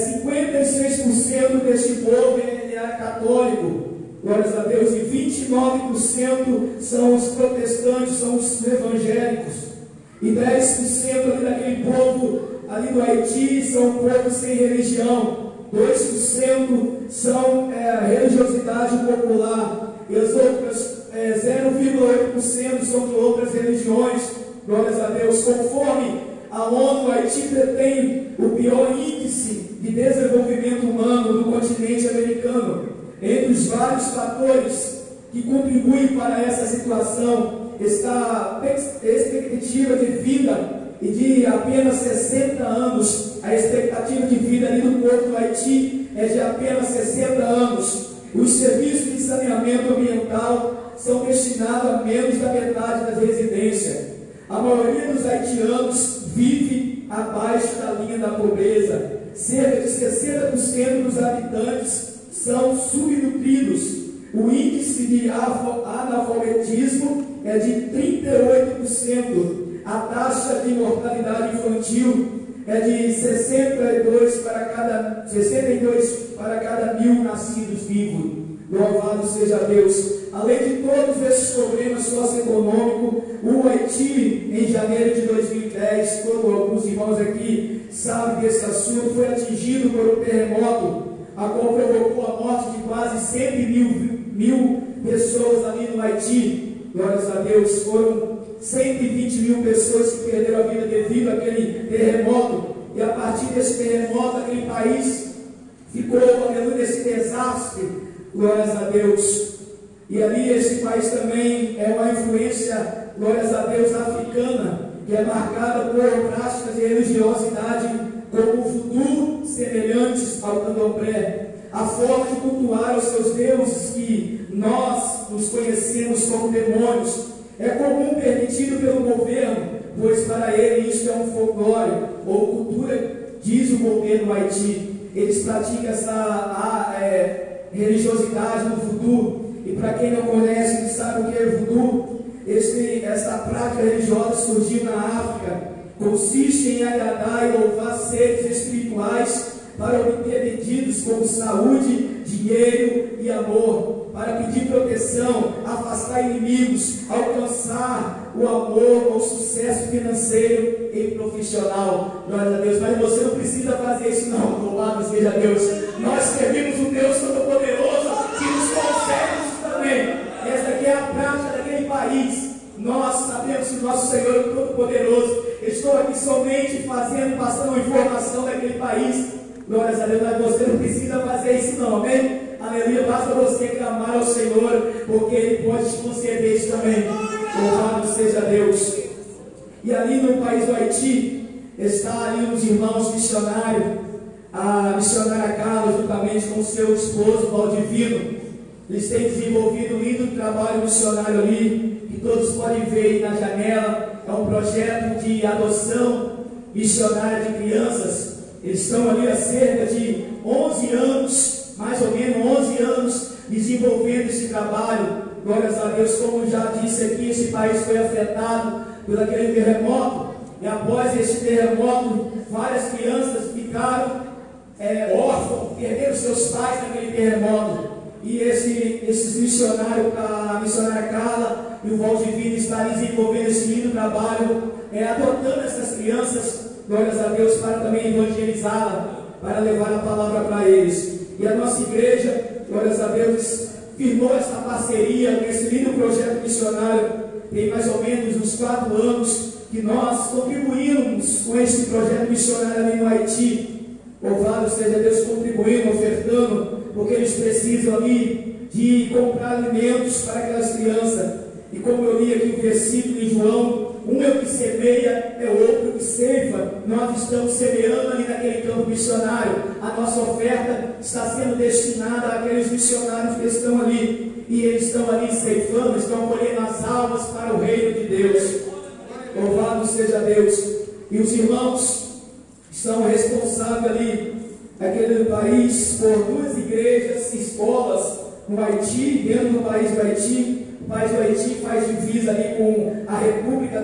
56% deste povo é católico. Glórias a Deus. E 29% são os protestantes, são os evangélicos. E 10% ali daquele povo ali do Haiti são povos sem religião. 2% são religiosidade popular. E as outras 0,8% são de outras religiões. Glórias a Deus. Conforme a ONU, o Haiti detém o pior índice de desenvolvimento humano do continente americano. Entre os vários fatores que contribuem para essa situação está a expectativa de vida, e de apenas 60 anos. A expectativa de vida ali no povo do Haiti é de apenas 60 anos. Os serviços de saneamento ambiental são destinados a menos da metade das residências. A maioria dos haitianos vive abaixo da linha da pobreza. Cerca de 60% dos habitantes são subnutridos. O índice de analfabetismo é de 38%. A taxa de mortalidade infantil é de 62 para cada 1000 nascidos vivos. Louvado seja Deus. Além de todos esses problemas socioeconômicos, o Haiti, em janeiro de 2010, alguns irmãos aqui sabem desse assunto, foi atingido por um terremoto, a qual provocou a morte de quase 100 mil pessoas ali no Haiti. Glórias a Deus. Foram 120 mil pessoas que perderam a vida devido àquele terremoto. E a partir desse terremoto, aquele país ficou, aleluia, nesse desastre. Glórias a Deus. E ali esse país também é uma influência, glórias a Deus, africana, que é marcada por práticas de religiosidade como o voodoo, semelhantes ao candomblé. A forma de cultuar os seus deuses, que nós os conhecemos como demônios, é comum, permitido pelo governo, pois para ele isso é um folclore ou cultura, diz o governo do Haiti. Eles praticam essa religiosidade no voodoo. E para quem não conhece, não sabe o que é voodoo, essa prática religiosa surgiu na África. Consiste em agradar e louvar seres espirituais para obter pedidos como saúde, dinheiro e amor, para pedir proteção, afastar inimigos, alcançar o amor ou sucesso financeiro e profissional. Glória a Deus. Mas você não precisa fazer isso não. Louvado seja Deus. Nós servimos um Deus Todo-Poderoso que nos concede isso também. Essa aqui é a prática daquele país. Nós sabemos que o nosso Senhor é Todo-Poderoso. Estou aqui somente passando informação daquele país. Glórias a Deus, mas você não precisa fazer isso não, amém? Aleluia, basta você clamar ao Senhor, porque Ele pode te conceder isso também. Louvado seja Deus. E ali no país do Haiti, está ali uns irmãos missionários, a missionária Carla, juntamente com seu esposo Valdivino. Eles têm desenvolvido um lindo trabalho missionário ali, que todos podem ver aí na janela. É um projeto de adoção missionária de crianças. Eles estão ali há cerca de 11 anos, mais ou menos 11 anos, desenvolvendo esse trabalho. Glórias a Deus, como já disse aqui, esse país foi afetado por aquele terremoto. E após esse terremoto, várias crianças ficaram órfãos, perderam seus pais naquele terremoto. E esses missionários, a missionária Carla e o Valdivino, estão desenvolvendo esse lindo trabalho, adotando essas crianças, glórias a Deus, para também evangelizá-la, para levar a palavra para eles. E a nossa igreja, glórias a Deus, firmou essa parceria com esse lindo projeto missionário. Tem mais ou menos uns 4 anos que nós contribuímos com esse projeto missionário ali no Haiti. Louvado seja Deus, contribuindo, ofertando, porque eles precisam ali de comprar alimentos para aquelas crianças. E como eu li aqui o versículo em João, um é o que semeia, é outro que ceifa. Nós estamos semeando ali naquele campo missionário. A nossa oferta está sendo destinada àqueles missionários que estão ali. E eles estão ali ceifando, estão colhendo as almas para o reino de Deus. Louvado seja Deus. E os irmãos são responsáveis ali, naquele país, por 2 igrejas, escolas no Haiti, dentro do país do Haiti. O país do Haiti faz divisa ali com a República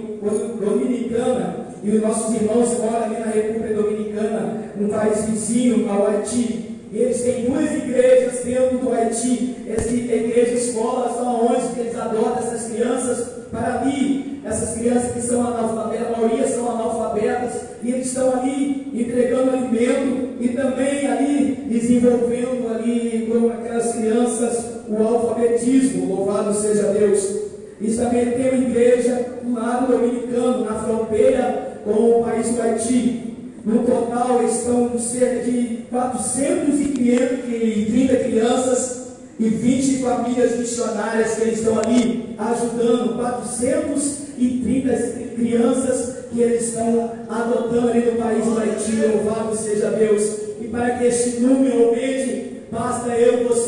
Dominicana, e os nossos irmãos moram ali na República Dominicana, um país vizinho ao Haiti. E eles têm 2 igrejas dentro do Haiti. Essa igreja escola são onde eles adotam essas crianças para ali. Essas crianças que são analfabetas, a maioria são analfabetas, e eles estão ali entregando alimento e também ali desenvolvendo ali com aquelas crianças o alfabetismo. Louvado seja Deus. Isso também tem uma igreja do lado dominicano, na fronteira com o país do Haiti. No total estão cerca de 430 crianças e 20 famílias missionárias que eles estão ali ajudando. 430 crianças que eles estão adotando ali no país do Haiti. Louvado seja Deus. E para que este número aumente, basta eu e você cumprir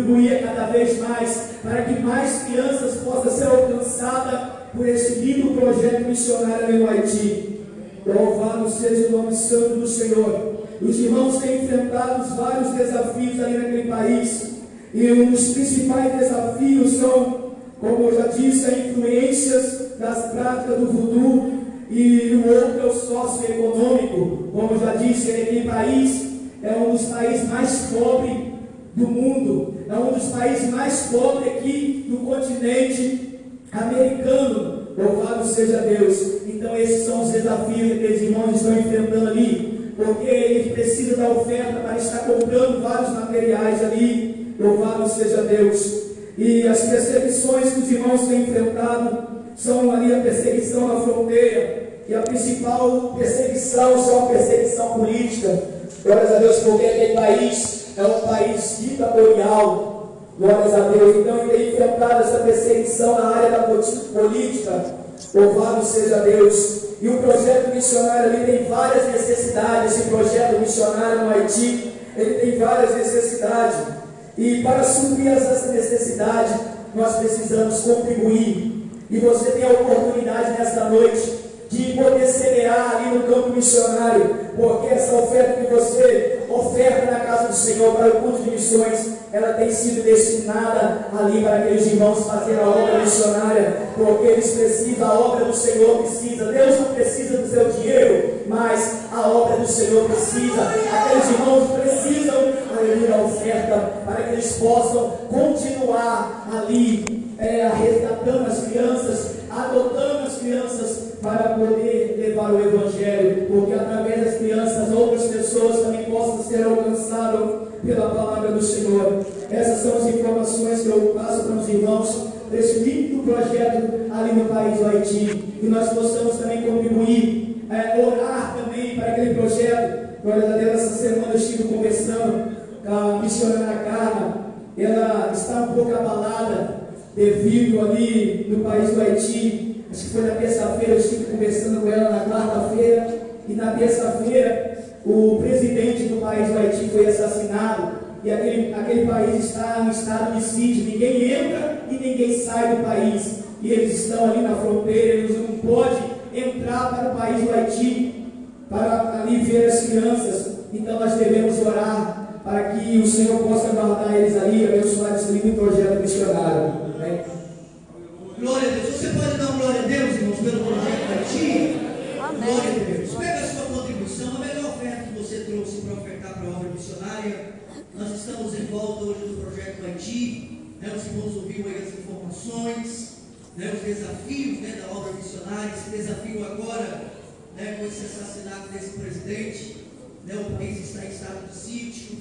contribuir cada vez mais para que mais crianças possam ser alcançadas por esse lindo projeto missionário ali no Haiti. Louvado seja o nome santo do Senhor. Os irmãos têm enfrentado vários desafios ali naquele país, e um dos principais desafios são, como eu já disse, as influências das práticas do voodoo, e o outro é o socioeconômico. Como eu já disse, aquele país é um dos países mais pobres do mundo, é um dos países mais pobres aqui do continente americano. Louvado seja Deus. Então esses são os desafios que aqueles irmãos estão enfrentando ali, porque eles precisam da oferta para estar comprando vários materiais ali. Louvado seja Deus. E as perseguições que os irmãos têm enfrentado são ali a perseguição na fronteira, e a principal perseguição são a perseguição política. Glórias a Deus, porque aquele país é um país ditatorial. Glórias a Deus. Então ele tem enfrentado essa perseguição na área da política. Louvado seja Deus. E o projeto missionário ali tem várias necessidades. Esse projeto missionário no Haiti, ele tem várias necessidades. E para suprir essas necessidades, nós precisamos contribuir. E você tem a oportunidade nesta noite de poder semear ali no campo missionário, porque essa oferta que você oferta na casa do Senhor para o culto de missões, ela tem sido destinada ali para aqueles irmãos fazerem a obra missionária, porque eles precisam, a obra do Senhor precisa. Deus não precisa do seu dinheiro, mas a obra do Senhor precisa. Aqueles irmãos precisam, aleluia, da oferta, para que eles possam continuar ali resgatando as crianças, adotando as crianças, para poder levar o Evangelho, porque através das crianças outras pessoas também possam ser alcançadas pela palavra do Senhor. Essas são as informações que eu passo para os irmãos desse lindo projeto ali no país do Haiti, que nós possamos também contribuir, orar também para aquele projeto. Glória a Deus, essa semana eu estive conversando com a missionária Carla. Ela está um pouco abalada devido ali no país do Haiti. Acho que foi na terça-feira, eu estive conversando com ela na quarta-feira, e na terça-feira o presidente do país do Haiti foi assassinado, e aquele país está em estado de sítio, ninguém entra e ninguém sai do país, e eles estão ali na fronteira, eles não podem entrar para o país do Haiti para ali ver as crianças. Então nós devemos orar para que o Senhor possa guardar eles ali, abençoar esse lindo projeto missionário. Glória a Deus. Você pode dar glória a Deus, irmãos, pelo projeto Haiti? Amém. Glória a Deus. Pega a sua contribuição, a melhor oferta que você trouxe para ofertar para a obra missionária. Nós estamos em volta hoje do projeto Haiti. Os irmãos ouviram aí as informações, os desafios da obra missionária. Esse desafio agora, com esse assassinato desse presidente, o país está em estado de sítio.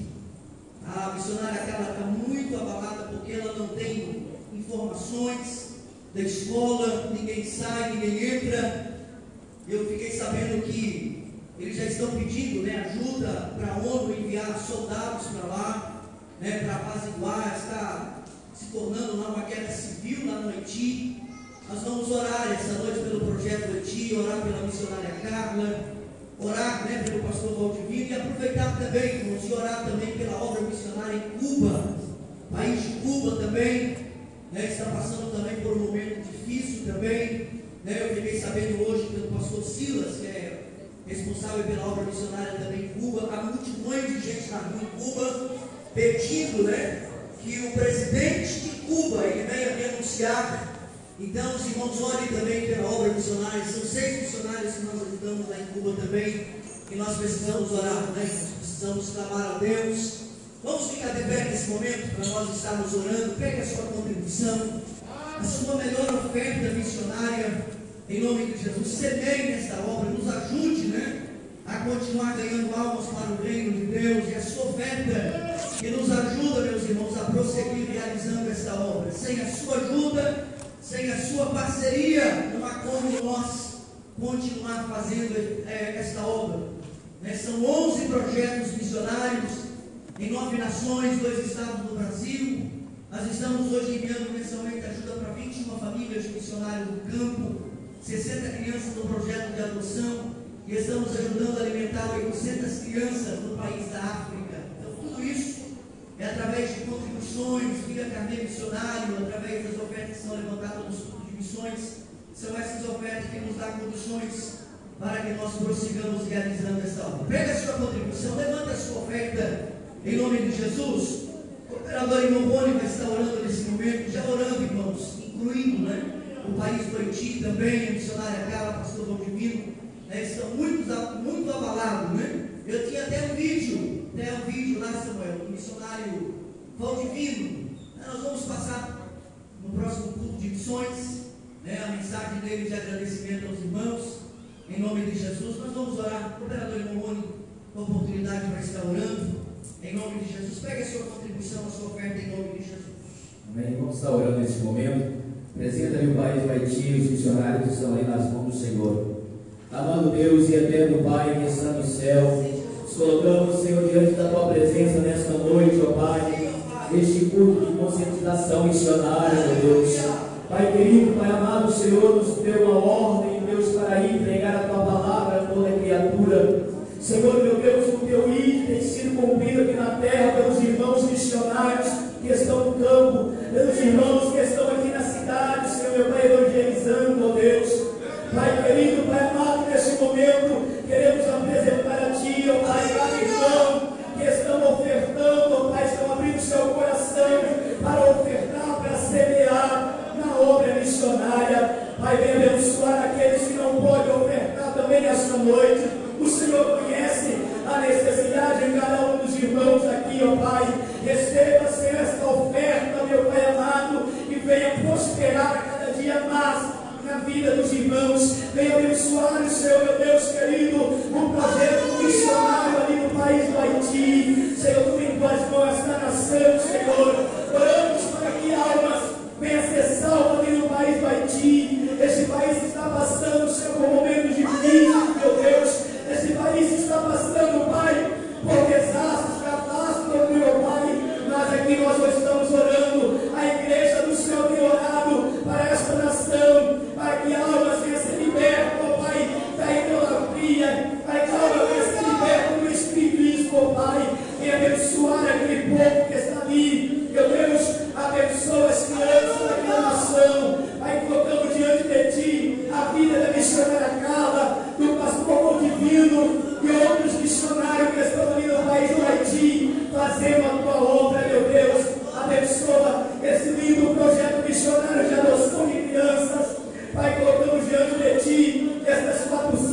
A missionária está muito abalada porque ela não tem informações da escola, ninguém sai, ninguém entra. Eu fiquei sabendo que eles já estão pedindo ajuda para a ONU enviar soldados para lá, para apaziguar. Está se tornando lá uma guerra civil lá no Haiti. Nós vamos orar essa noite pelo projeto Haiti, orar pela missionária Carla, orar pelo pastor Valdivino, e aproveitar também, irmãos, e orar também pela obra missionária em Cuba. O país de Cuba também está passando também por um momento difícil também. Eu fiquei sabendo hoje pelo pastor Silas, que é responsável pela obra missionária também em Cuba. Há multidões de gente na rua em Cuba pedindo que o presidente de Cuba ele venha denunciar. Então os irmãos orem também pela obra missionária. São 6 missionários que nós ajudamos lá em Cuba também, e nós precisamos orar, nós precisamos clamar a Deus. Vamos ficar de pé nesse momento para nós estarmos orando. Pegue a sua contribuição, a sua melhor oferta missionária, em nome de Jesus. Semeie nesta obra, nos ajude a continuar ganhando almas para o reino de Deus, e a sua oferta que nos ajuda, meus irmãos, a prosseguir realizando esta obra. Sem a sua ajuda, sem a sua parceria, não há como nós continuar fazendo esta obra. São 11 projetos missionários em 9 nações, 2 estados do Brasil. Nós estamos hoje enviando mensalmente ajuda para 21 famílias de missionários do campo, 60 crianças no projeto de adoção, e estamos ajudando a alimentar 800 crianças no país da África. Então tudo isso é através de contribuições, família Carneiro Missionário, através das ofertas que são levantadas nos cultos de missões. São essas ofertas que nos dão condições para que nós prossigamos realizando esta obra. Pega a sua contribuição, levanta a sua oferta em nome de Jesus. O operador irmão Rony vai estar orando nesse momento, já orando, irmãos, incluindo, o país do Haiti também, a missionária Carla, pastor Valdivino, estão muito abalados, Eu tinha até um vídeo lá, Samuel, do missionário Valdivino. Nós vamos passar no próximo culto de missões, a mensagem dele de agradecimento aos irmãos, em nome de Jesus. Nós vamos orar. O operador irmão Rony, com a oportunidade para estar orando, em nome de Jesus. Pegue a sua contribuição, a sua oferta, em nome de Jesus. Amém. Vamos estar orando nesse momento. Apresenta-lhe o país do Haiti, os missionários que estão aí nas mãos do Senhor. Amado Deus e eterno Pai que está no céu, nos colocamos, Senhor, diante da Tua presença nesta noite, ó Pai, este culto de conscientização missionária, meu Deus. Pai querido, Pai amado, o Senhor nos deu uma ordem, Deus, para ir pregar a Tua palavra a toda criatura. Senhor, meu Deus, o Teu ir tem sido cumprido aqui na terra pelos irmãos missionários que estão no campo, pelos irmãos que estão aqui na cidade, Senhor, meu Pai, evangelizando, ó Deus. Pai querido, Pai amado, neste momento, queremos apresentar a Ti, ó Pai, cada irmão que estão ofertando, ó Pai, estão abrindo seu coração para ofertar, para semear na obra missionária. Pai, venha abençoar aqueles que não podem ofertar também nesta noite. O Senhor conhece a necessidade em cada um dos irmãos aqui, ó Pai. Receba, Senhor, esta oferta, meu Pai amado, e venha prosperar a cada dia mais na vida dos irmãos. Venha abençoar o Senhor, meu Deus querido, um projeto missionário ali no país do Haiti. Senhor, tu em tuas mãos esta nação, Senhor. Oramos para que almas venham ser salvas ali no país do Haiti. Este país está passando, Senhor, por momentos difíceis, meu Deus. Este país está passando, Pai, por desastres, catástrofes, meu Pai. Mas aqui nós estamos orando. A igreja do Senhor tem orado para esta nação, para que almas venham ser libertas, ó Pai, da idolatria, para que almas venham ser libertas do espiritismo, ó Pai. Venha abençoar aquele povo que está ali, meu Deus. Abençoa as crianças daquela nação. Pai, colocamos diante de Ti a vida da missionária Carla, do pastor Valdivino e outros missionários que estão ali no país do Haiti, fazendo a Tua obra, meu Deus. Abençoa esse lindo projeto missionário de adoção de crianças. Pai, colocamos diante de Ti essas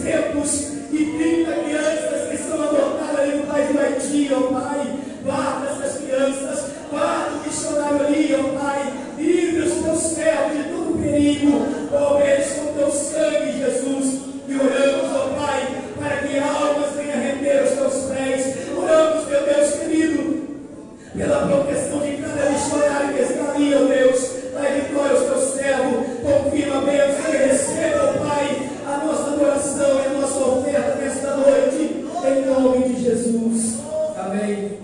430 crianças que são adotadas ali no país do Haiti, ó Pai. Guarda essas crianças, guarda o missionário ali, ó Pai. Livre os Teus servos de todo perigo. Cobre eles com Teu sangue, Jesus. E oramos, ó Pai, para que almas venham render os Teus pés. Oramos, meu Deus querido, pela proteção de cada missionário que está ali, ó Deus. Dai vitória aos Teus servos. Confirma a bênção e receba, ó Pai, a nossa adoração e a nossa oferta nesta noite. Em nome de Jesus. Amém.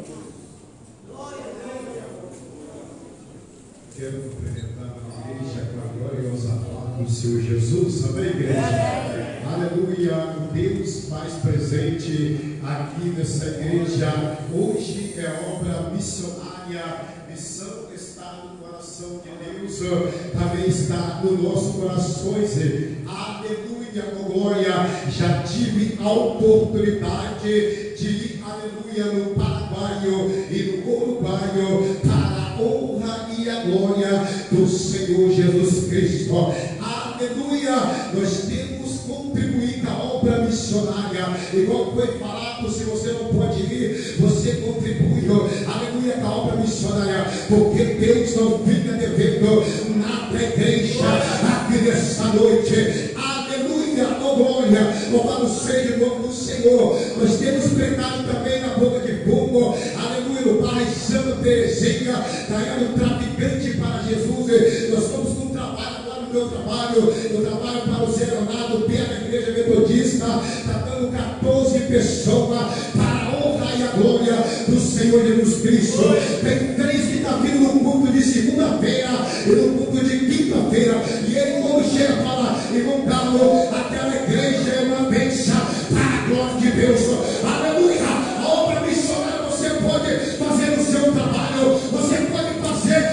Quero cumprimentar a igreja com a gloriosa paz do Senhor Jesus. Amém, igreja? Aleluia. O Deus mais presente aqui nessa igreja hoje é obra missionária. Missão está no coração de Deus, também está no nosso corações. Aleluia, oh glória. Já tive a oportunidade de ir, aleluia, no Paraguai e no Uruguai para a honra e a glória do Senhor Jesus Cristo. Aleluia. Nós temos contribuído à obra missionária, igual foi falado. Se você não pode ir, você contribui, aleluia, com a obra missionária, porque Deus não fica devendo nada à igreja aqui nessa noite. Aleluia, oh glória, louvado seja o nome do Senhor. Nós temos pregado também na boca de fogo, aleluia, no bairro Santa Terezinha, ganhando traficante para Jesus. Nós estamos com trabalho agora no meu trabalho, eu trabalho para o Zé Leonardo, perto da igreja metodista, está dando 14 pessoas para a honra e a glória do Senhor Jesus Cristo. Tem 3 que estão vindo no culto de segunda-feira e no culto de quinta-feira, e ele quando chega fala, irmão Paulo, aquela igreja é uma bênção para a glória de Deus. Aleluia. A obra missionária você pode fazer no seu trabalho, você pode fazer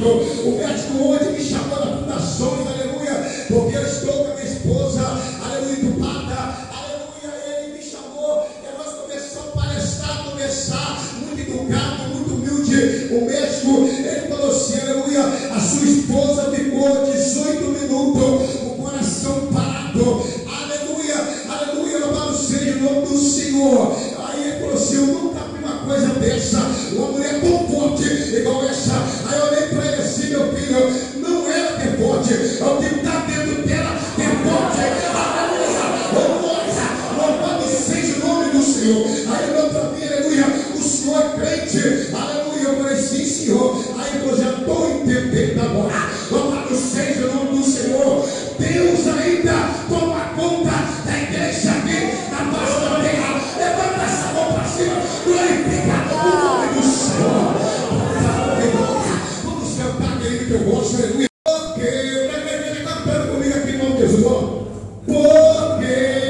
O médico hoje me chamou da fundações, aleluia, porque eu estou com a minha esposa, aleluia, entubada, aleluia, ele me chamou, e nós começamos a palestrar, muito educado, muito humilde. O médico, ele falou assim, aleluia, a sua esposa ficou 18 minutos, o coração parado, aleluia, louvado seja o nome do Senhor. Aí ele falou assim, eu nunca vi uma coisa dessa, uma mulher tão forte igual essa. Aí eu olhei para ele assim, meu filho, não era que é forte, o que está dentro dela que é forte, aleluia, louvado seja o nome do Senhor. Aí ele olhou para mim, aleluia, o Senhor é crente, aleluia, eu falei, sim Senhor. Aí eu já estou entendendo agora, louvado seja o nome do Senhor. Deus ainda toma conta da igreja aqui na face da terra. Levanta essa mão para cima, glorifica o nome do Senhor. Vamos cantar, querido, que eu gosto, aleluia. Porque, cantando comigo aqui em nome de Jesus, ó. Porque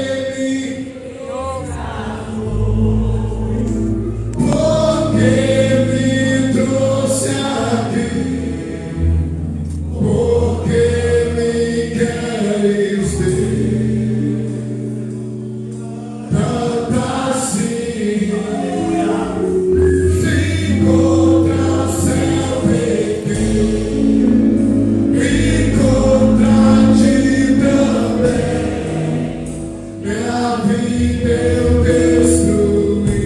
me trouxe aqui, porque me queres ter, tanta assim, se encontra céu pequeno, encontra ti também, minha vida eu destruí.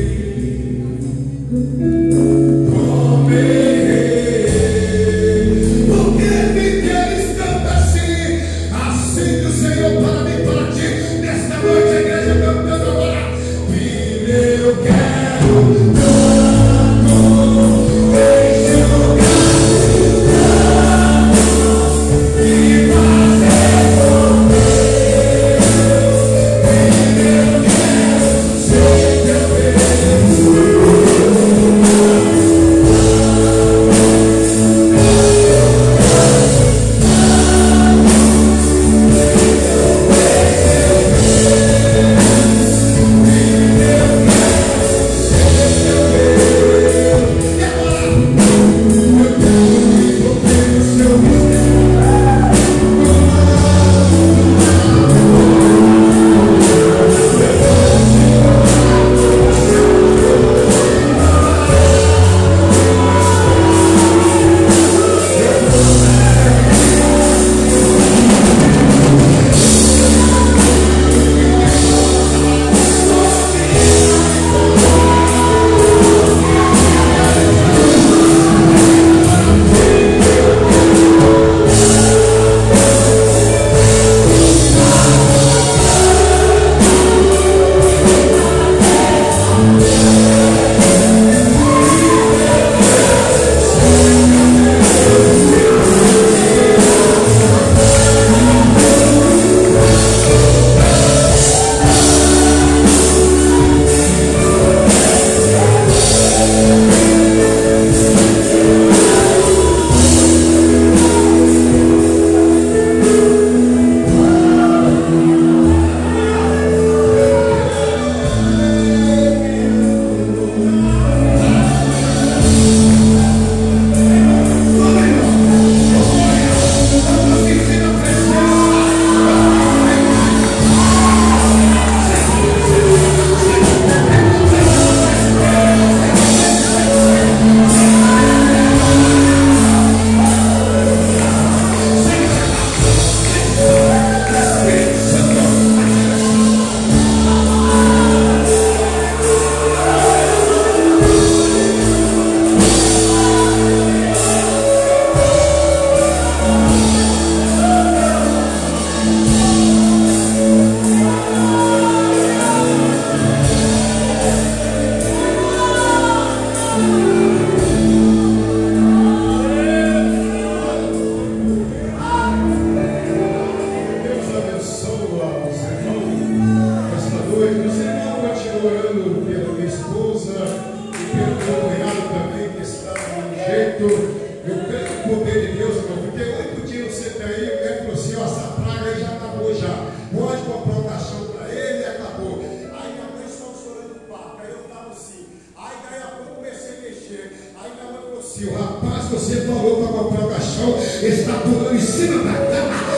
Porque me queres tanto assim, assim do Senhor para mim, para ti, nesta noite a igreja cantando agora. Filho, eu quero tanto enxugar e fazer com Deus. Filho, eu quero ser teu Deus. Rapaz, você falou para comprar o caixão, está pulando em cima da cama.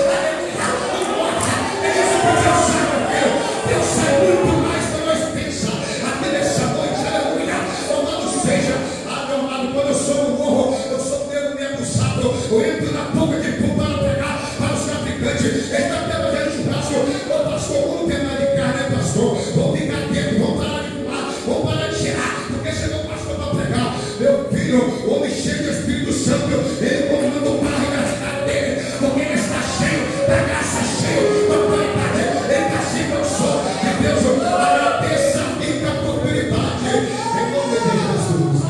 Deus sabe muito mais que nós pensamos. Até nessa noite, aleluia. Louvado seja, meu amado, quando eu sou no morro, eu sou negro me abusado. Eu entro na boca de pão para pegar para os traficantes. Ele está pegando churrasco. Ô pastor, vamos pegar de carne, pastor. Vamos ficar dentro, vamos parar de fumar, vamos parar de cheirar, porque chegou o pastor para pregar. Meu filho, o homem cheio do Espírito Santo, ele comanda o barro na cidade dele, porque ele está cheio da graça, cheio da autoridade. Ele está cheio do som de Deus. Agradeça a vida, a oportunidade. Em nome de Jesus.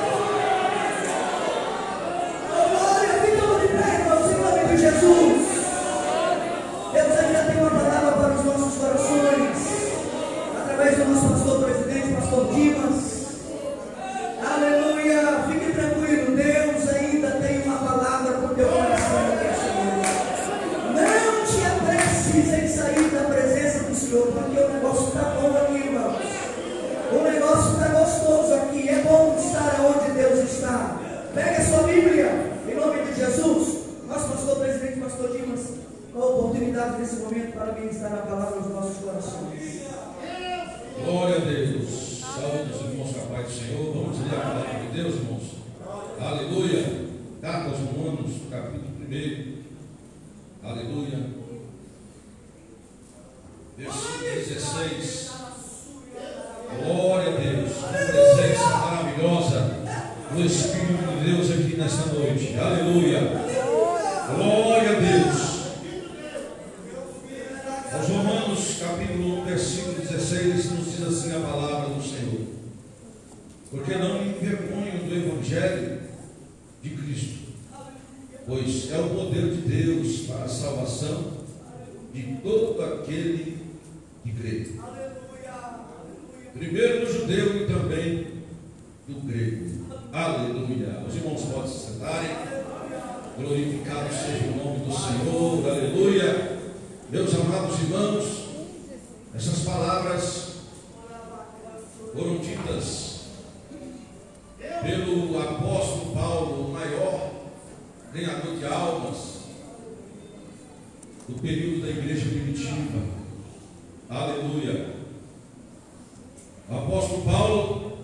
Glória, ficamos de pé, irmãos, em nome de Jesus. Deus ainda tem uma palavra para os nossos corações, através do nosso pastor presidente, pastor Dimas. Aleluia, fique tranquilo, Deus ainda tem uma palavra para o teu coração nessa noite. Não te apresses em sair da presença do Senhor, porque o negócio está bom aqui, irmãos. O negócio está gostoso aqui, é bom estar onde Deus está. Pega a sua Bíblia, em nome de Jesus. Nosso pastor presidente, pastor Dimas, com a oportunidade nesse momento para ministrar a palavra aos nossos corações. Glória a Deus. Saúde os irmãos com a paz do Senhor. Vamos ler a palavra de Deus, irmãos. Aleluia. Carta aos Romanos, capítulo 1. Aleluia. Versículo 16. Glória a Deus. A presença maravilhosa do Espírito de Deus aqui nesta noite. Aleluia. Glória a Deus. Aos Romanos, capítulo 1, versículo 16, nos diz assim a palavra do Senhor: porque não me envergonho do Evangelho de Cristo, pois é o poder de Deus para a salvação de todo aquele que crê, primeiro do judeu e também do grego. Aleluia. Os irmãos podem se sentarem. Glorificado seja o nome do Senhor. Aleluia. Meus amados irmãos, essas palavras foram ditas pelo apóstolo Paulo, o maior ganhador de almas do período da igreja primitiva. Aleluia. O apóstolo Paulo,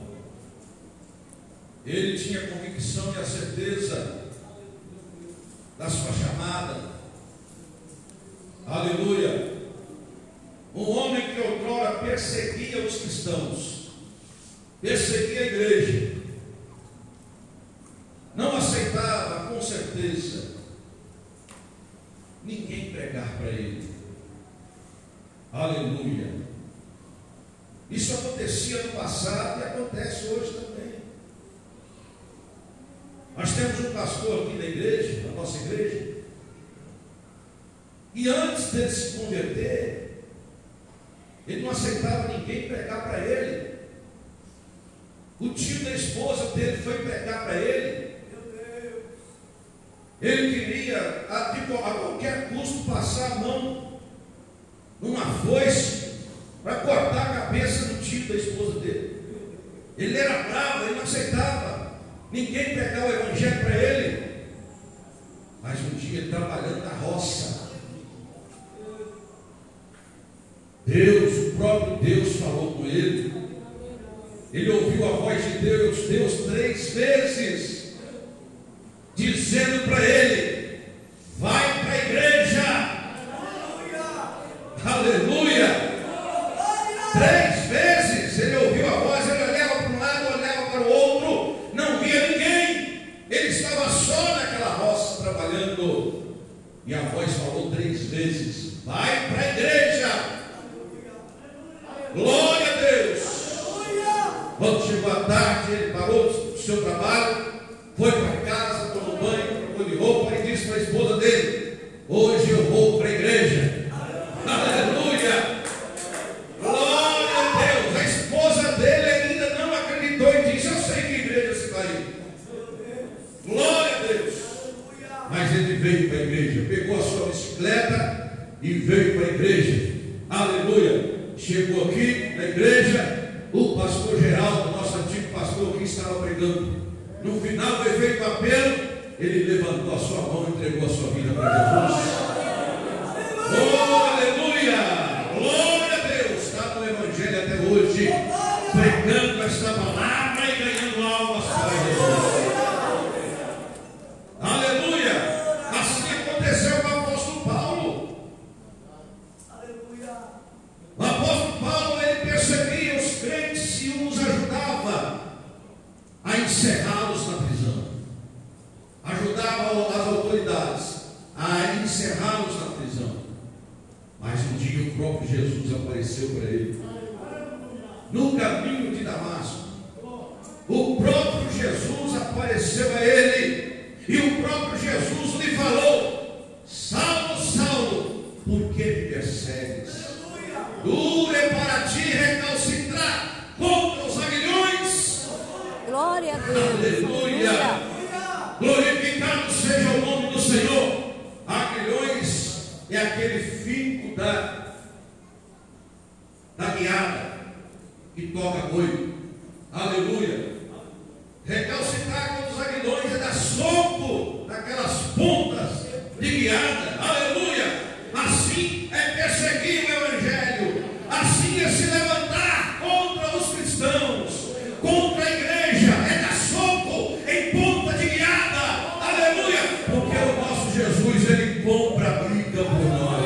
ele tinha a convicção e a certeza da sua chamada. Aleluia. Um homem que outrora perseguia os cristãos, perseguia a igreja, não aceitava com certeza ninguém pregar para ele. Aleluia. Isso acontecia no passado e acontece hoje também. Nós temos um pastor aqui na igreja, na nossa igreja, e antes dele se converter, ele não aceitava ninguém pregar para ele. O tio da esposa dele foi pregar para ele. Ele queria a qualquer custo passar a mão numa foice para cortar a cabeça do tio da esposa dele. Ele era bravo, ele não aceitava ninguém pregar o evangelho para ele. Mas um dia, ele trabalhando na roça, Deus, o próprio Deus falou com ele. Ele ouviu a voz de Deus 3 vezes, dizendo para ele: vai para a igreja. Aleluia. 3 vezes ele ouviu a voz, ele olhava para um lado, olhava para o outro, não via ninguém. Ele estava só naquela roça trabalhando, e a voz falou 3 vezes: vai para a igreja. Glória a Deus. Quando chegou a tarde, ele parou do seu trabalho, foi para casa, tomou banho, trocou de roupa e disse para a esposa dele: hoje eu vou para a igreja. Aleluia. Glória a Deus. A esposa dele ainda não acreditou e disse: eu sei que igreja você vai ir. Glória a Deus. Mas ele veio para a igreja, pegou a sua bicicleta e veio para a igreja. Aleluia. Chegou aqui na igreja, o pastor Geraldo, nosso antigo pastor, que estava pregando. No final foi feito o apelo, ele levantou a sua mão e entregou a sua vida para Jesus. Oh, aleluia! Glória a Deus! Está no Evangelho até hoje, pregando esta palavra e ganhando almas para Jesus. Aleluia! Assim aconteceu com o apóstolo Paulo. O apóstolo Paulo, ele perseguia os crentes e os ajudava a encerrá-los na prisão. Ajudava as autoridades a encerrá-los na prisão. Mas um dia o próprio Jesus apareceu para ele no caminho de Damasco. O próprio Jesus apareceu a ele e o próprio Jesus lhe falou: Saulo, Saulo, por que me persegues? Duro é para ti recalcitrar contra os aguilhões. Glória a Deus. Aleluia. Glorificado seja o nome do Senhor. Aguilhões é aquele finco da guiada que toca boi. Aleluia. Recalcitrar contra os aguilhões é dar soco naquelas pontas de guiada. Aleluia. Assim é perseguir o Evangelho. Assim é se levantar contra os cristãos, contra a igreja. É dar soco em ponta de guiada. Aleluia. Porque o nosso Jesus, ele compra a briga por nós.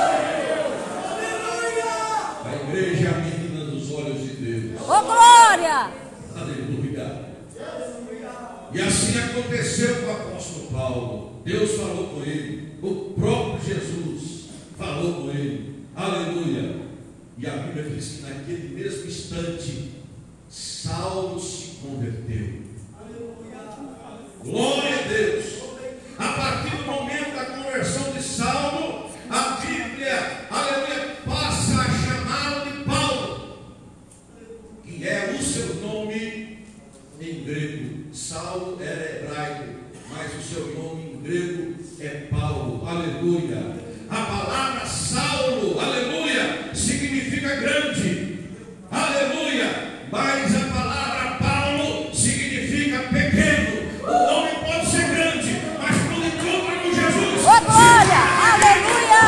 A igreja é a menina dos olhos de Deus. Ô, glória! Aleluia. E assim aconteceu com o apóstolo Paulo. Deus falou com ele. O próprio Jesus falou com ele. Aleluia. E a Bíblia diz que naquele mesmo instante Saulo se converteu. Glória a Deus. A partir do momento da conversão de Saulo, a Bíblia, aleluia, passa a chamá-lo de Paulo, que é o seu nome em grego. Saulo era hebraico, mas o seu nome em grego é Paulo. Aleluia. A palavra Saulo, aleluia, significa grande. Aleluia. Mas a palavra Paulo significa pequeno. O homem pode ser grande, mas quando encontra com Jesus, Ô, glória! Aleluia!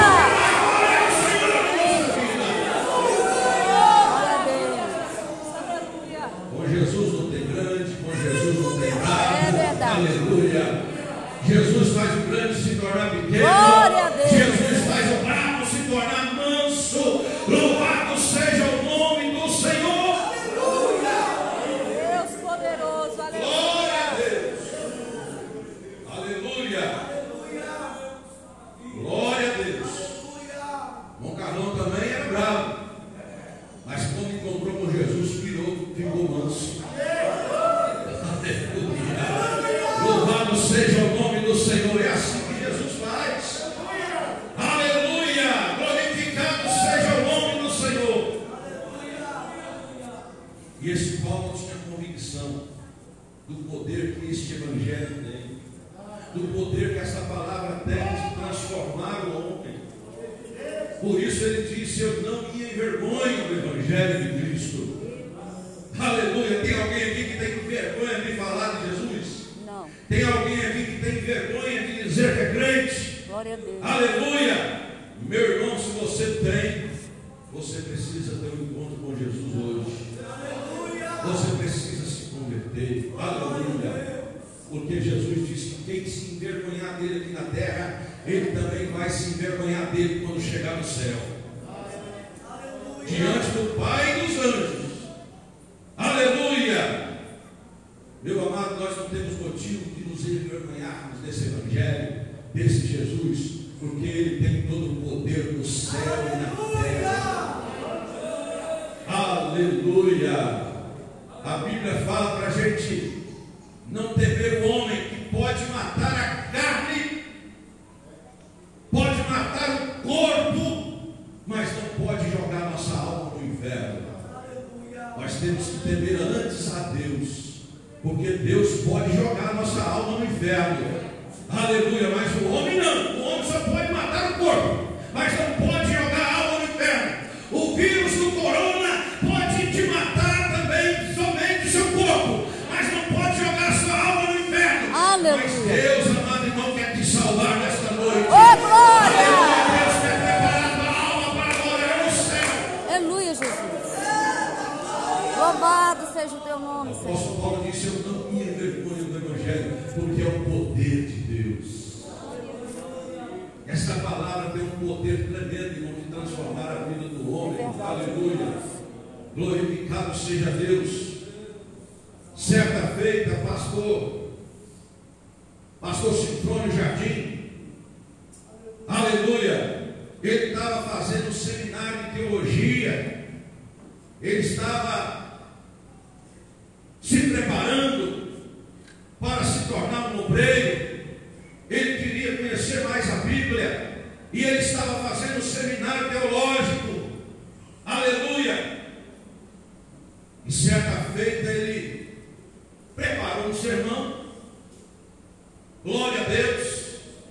Glória a Deus. Aleluia. com Jesus não tem grande, com Jesus não tem bravo. É verdade. Aleluia. Jesus faz o grande se tornar pequeno. Glória a Deus. Jesus faz o bravo se tornar manso. Louvado seja o nome do Senhor. Deus poderoso, aleluia. Glória a Deus. Aleluia. Glória a Deus. Moncarrão também era bravo, mas quando encontrou com Jesus, ficou manso. Aleluia. Louvado seja o nome do Senhor. É assim que Jesus faz. Aleluia. Glorificado seja o nome do Senhor. E esse Paulo tinha convicção do poder que este Evangelho tem, do poder que essa palavra tem de transformar o homem. Por isso ele disse: eu não me envergonho do Evangelho de Cristo. Aleluia. Tem alguém aqui que tem vergonha de falar de Jesus? Não. Tem alguém aqui que tem vergonha de dizer que é crente? Glória a Deus. Aleluia. Meu irmão, se você tem, você precisa ter um encontro com Jesus hoje. Você precisa se converter. Aleluia. Porque Jesus disse que quem se envergonhar dele aqui na terra, ele também vai se envergonhar dele quando chegar no céu, diante do Pai e dos anjos. Aleluia. Meu amado, nós não temos motivo de nos envergonharmos desse Evangelho, desse Jesus, porque ele tem todo o poder no céu e na terra. Aleluia. A Bíblia fala para a gente não temer o homem que pode matar a carne, pode matar o corpo, mas não pode jogar nossa alma no inferno. Nós temos que temer antes a Deus, porque Deus pode jogar nossa alma no inferno. Aleluia. Mas o homem não. O homem só pode matar o corpo, mas não pode jogar a alma no inferno. O vírus do corona pode te matar também, somente o seu corpo, mas não pode jogar a sua alma Mas Deus, amado irmão, quer te salvar nesta noite. Oh, glória! Deus quer preparar a tua alma para morar no céu. Aleluia, Jesus. Louvado seja o teu nome, O Senhor. apóstolo Paulo disse: eu não me envergonho do Evangelho, porque é o poder de Deus. Esta palavra tem um poder tremendo, irmão, de transformar a vida do homem. Aleluia. Glorificado seja Deus. Certa feita, pastor Sinfrônio Jardim, aleluia, ele estava fazendo um seminário de teologia, ele estava se preparando para se tornar um obreiro, ele queria conhecer mais a Bíblia, e ele estava fazendo um seminário teológico, aleluia, e certa feita ele preparou um sermão, glória a Deus,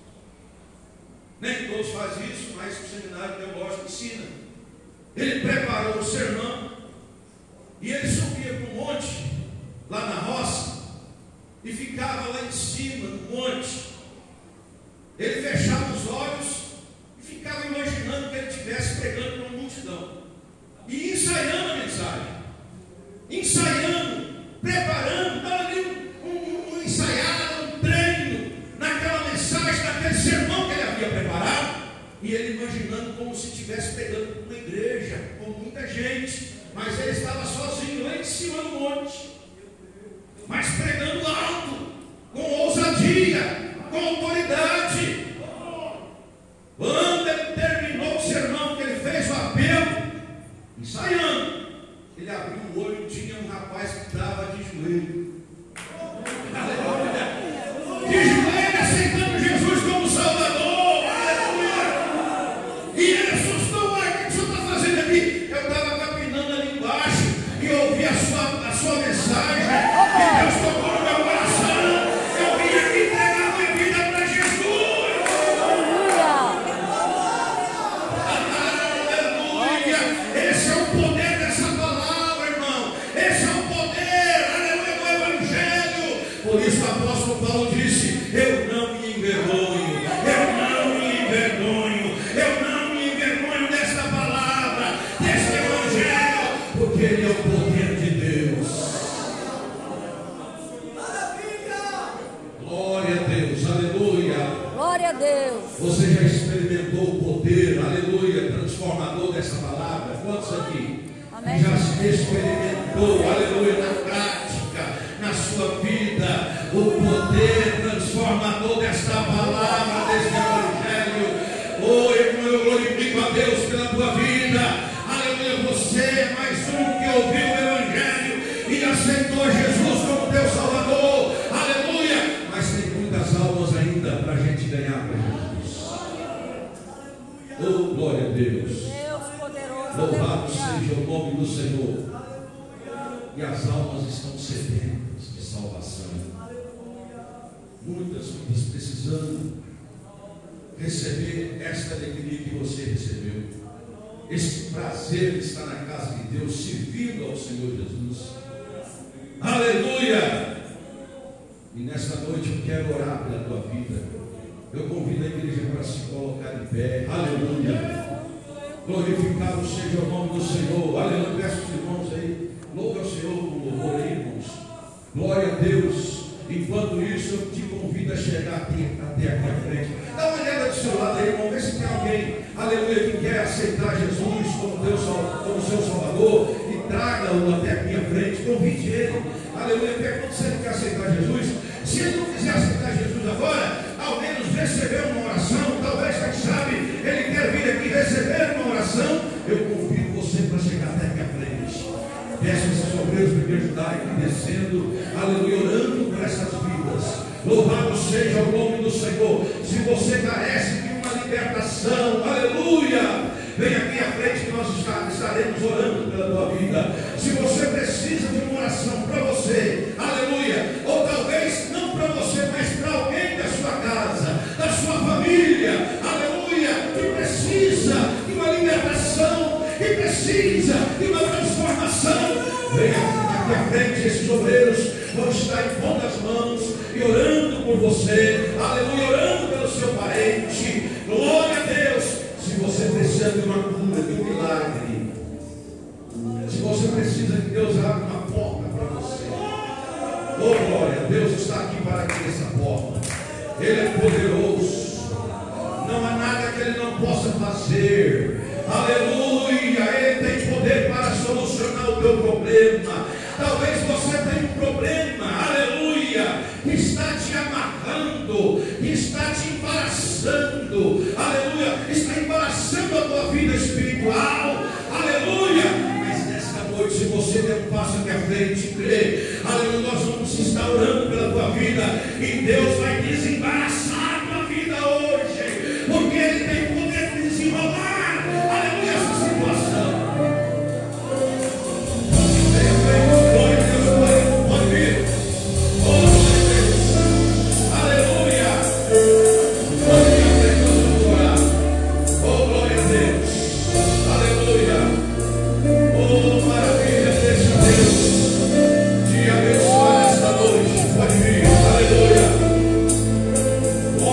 nem todos fazem isso, mas o seminário teológico ensina. Ele preparou um sermão, e ele subia para um monte, lá na roça, e ficava lá em cima, no monte. Ele fechava os olhos, e ficava imaginando que ele estivesse pregando para uma multidão, e ensaiando a mensagem, ensaiando, preparando, dando ali um ensaiado, um treino naquela mensagem, naquele sermão que ele havia preparado, e ele imaginando como se estivesse pregando para uma igreja, com muita gente, mas ele estava sozinho lá em cima do monte, mas pregando alto, com ousadia, com autoridade. Quando ele terminou o sermão, que ele fez o apelo, ensaiando, ele abriu o olho e tinha um rapaz que estava de joelho. Aleluia! De joelho, aceitando Jesus como Salvador. Aleluia! E ele assustou: o que o senhor está fazendo aqui? Eu estava capinando ali embaixo e ouvi a sua mensagem. E Deus tocou no meu coração. Eu vim aqui entregar minha vida para Jesus. Aleluia! Esse é o poder dessa palavra, irmão. Esse é o poder, aleluia, do Evangelho. Por isso o apóstolo Paulo disse: eu não me envergonho, eu não me envergonho, eu não me envergonho desta palavra, deste Evangelho, porque ele é o poder de Deus. Glória a Deus, aleluia. Glória a Deus. Você já experimentou o poder, aleluia, transformador dessa palavra? Quantos aqui? Amém. Já se experimentou, aleluia, na prática, na sua vida, o poder transformador desta palavra, deste Evangelho? Oh, irmão, eu glorifico a Deus pela tua vida, aleluia. Você é mais um que ouviu o Evangelho e aceitou Jesus como teu Salvador, aleluia. Mas tem muitas almas ainda para a gente ganhar para Jesus. Oh, glória a Deus. Deus poderoso. Louvado Aleluia. seja o nome do Senhor. E as almas estão sedentas de salvação. Muitas precisando receber esta alegria que você recebeu. Este prazer de estar na casa de Deus, servindo ao Senhor Jesus. Aleluia! E nesta noite eu quero orar pela tua vida. Eu convido a igreja para se colocar em pé. Aleluia! Glorificado seja o nome do Senhor. Aleluia! Peço os irmãos aí, louve ao Senhor com louvor aí, irmãos. Glória a Deus. Enquanto isso, eu te convido a chegar até aqui à frente. Dá uma olhada do seu lado aí, irmão. Vê se tem alguém, aleluia, que quer aceitar Jesus como seu Salvador, e traga-o até aqui à frente. Convide ele. Aleluia. Pergunta se ele quer aceitar Jesus. Se ele não quiser aceitar Jesus agora, ao menos receber uma oração. Talvez, quem sabe, ele quer vir aqui receber uma oração. Eu convido você para chegar até aqui à frente. Peço esses obreiros para me ajudarem aqui descendo, aleluia, orando por essas vidas. Louvado seja o nome do Senhor. Se você carece de uma libertação, aleluia, vem aqui à frente que nós estaremos orando pela tua vida. Se você precisa de uma oração para você, aleluia, ou talvez não para você, mas para alguém da sua casa, da sua família, aleluia, que precisa de uma libertação, que precisa de uma transformação, venha aqui à frente. Esses obreiros vão estar impondo as mãos e orando por você, aleluia, orando pelo seu parente. Glória a Deus. Se você precisa de uma cura, de um milagre, se você precisa que Deus abra uma porta para você, oh glória, Deus está aqui para abrir essa porta. Ele é poderoso. Não há nada que Ele não possa fazer. Aleluia. Ele tem poder para solucionar o teu problema. Talvez você tenha um problema, aleluia, que está te amarrando, que está te embaraçando, aleluia, está embaraçando a tua vida espiritual, aleluia. Mas nesta noite, se você der um passo aqui à frente e crer, aleluia, nós vamos estar orando pela tua vida e Deus vai desembaraçar a tua vida hoje, porque Ele tem poder de desenrolar, aleluia, essa situação. Glória a Deus, pode vir. Oh, aleluia. Pode vir à frente, nós vamos orar. Oh, glória a Deus. Aleluia. Oh, maravilha, deixa Deus te abençoar nesta noite. Pode vir, aleluia.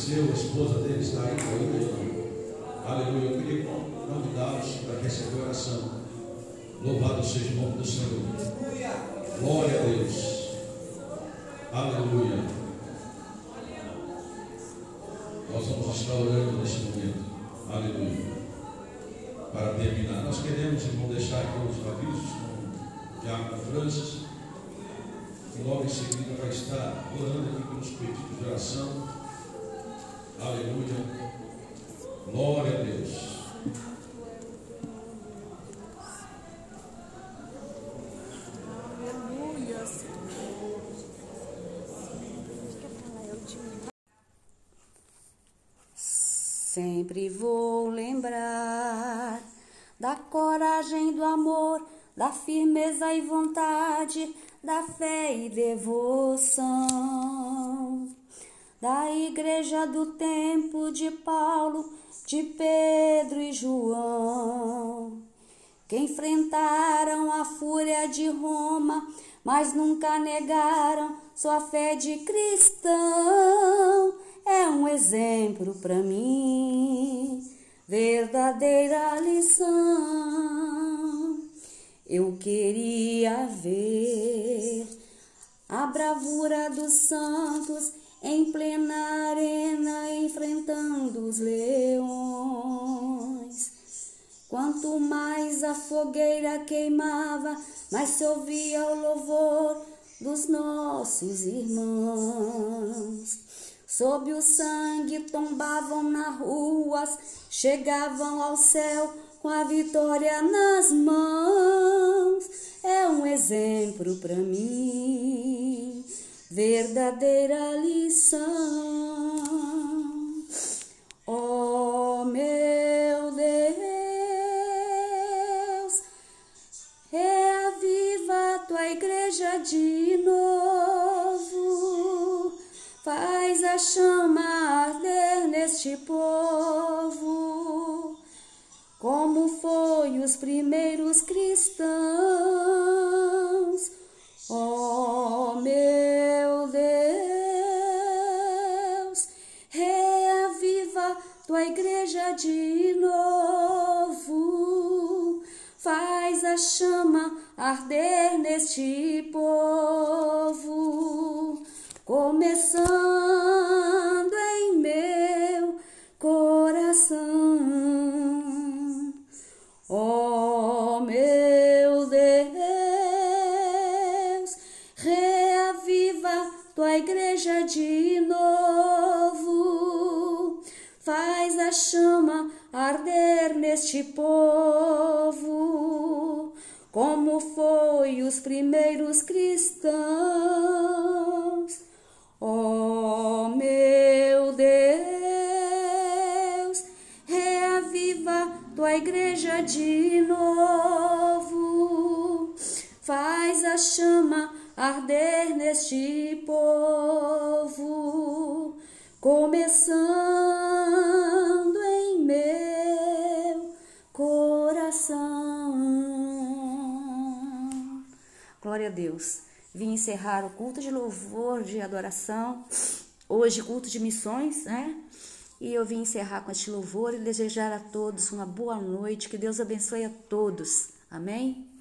faleceu, a esposa dele está aí ainda. Aleluia. Eu queria convidá-los para receber a oração. Louvado seja o nome do Senhor. Glória a Deus. Aleluia. Nós vamos estar orando neste momento. Aleluia. Para terminar, nós queremos, irmão, deixar aqui os avisos com o Diácono Francis, que logo em seguida vai estar orando aqui pelos pedidos de oração. Aleluia. Glória a Deus. Sempre vou lembrar da coragem, do amor, da firmeza e vontade, da fé e devoção, da igreja do tempo de Paulo, de Pedro e João, que enfrentaram a fúria de Roma, mas nunca negaram sua fé de cristão. É um exemplo para mim, verdadeira lição. Eu queria ver a bravura dos santos em plena arena, enfrentando os leões. Quanto mais a fogueira queimava, mais se ouvia o louvor dos nossos irmãos. Sob o sangue tombavam nas ruas, chegavam ao céu com a vitória nas mãos. É um exemplo para mim, verdadeira lição. Oh, meu Deus, reaviva a tua igreja de novo, faz a chama arder neste povo, como foi os primeiros cristãos. Oh, meu Deus, reaviva tua igreja de novo, faz a chama arder neste povo, começando em meu coração. Oh, meu Deus, reaviva tua igreja de novo, faz a chama arder neste povo, como foi os primeiros cristãos. Oh, meu Deus, reaviva tua igreja de novo, faz a chama arder neste povo, começando em meu coração. Glória a Deus. Vim encerrar o culto de louvor, de adoração, hoje culto de missões, né? E eu vim encerrar com este louvor e desejar a todos uma boa noite, que Deus abençoe a todos. Amém?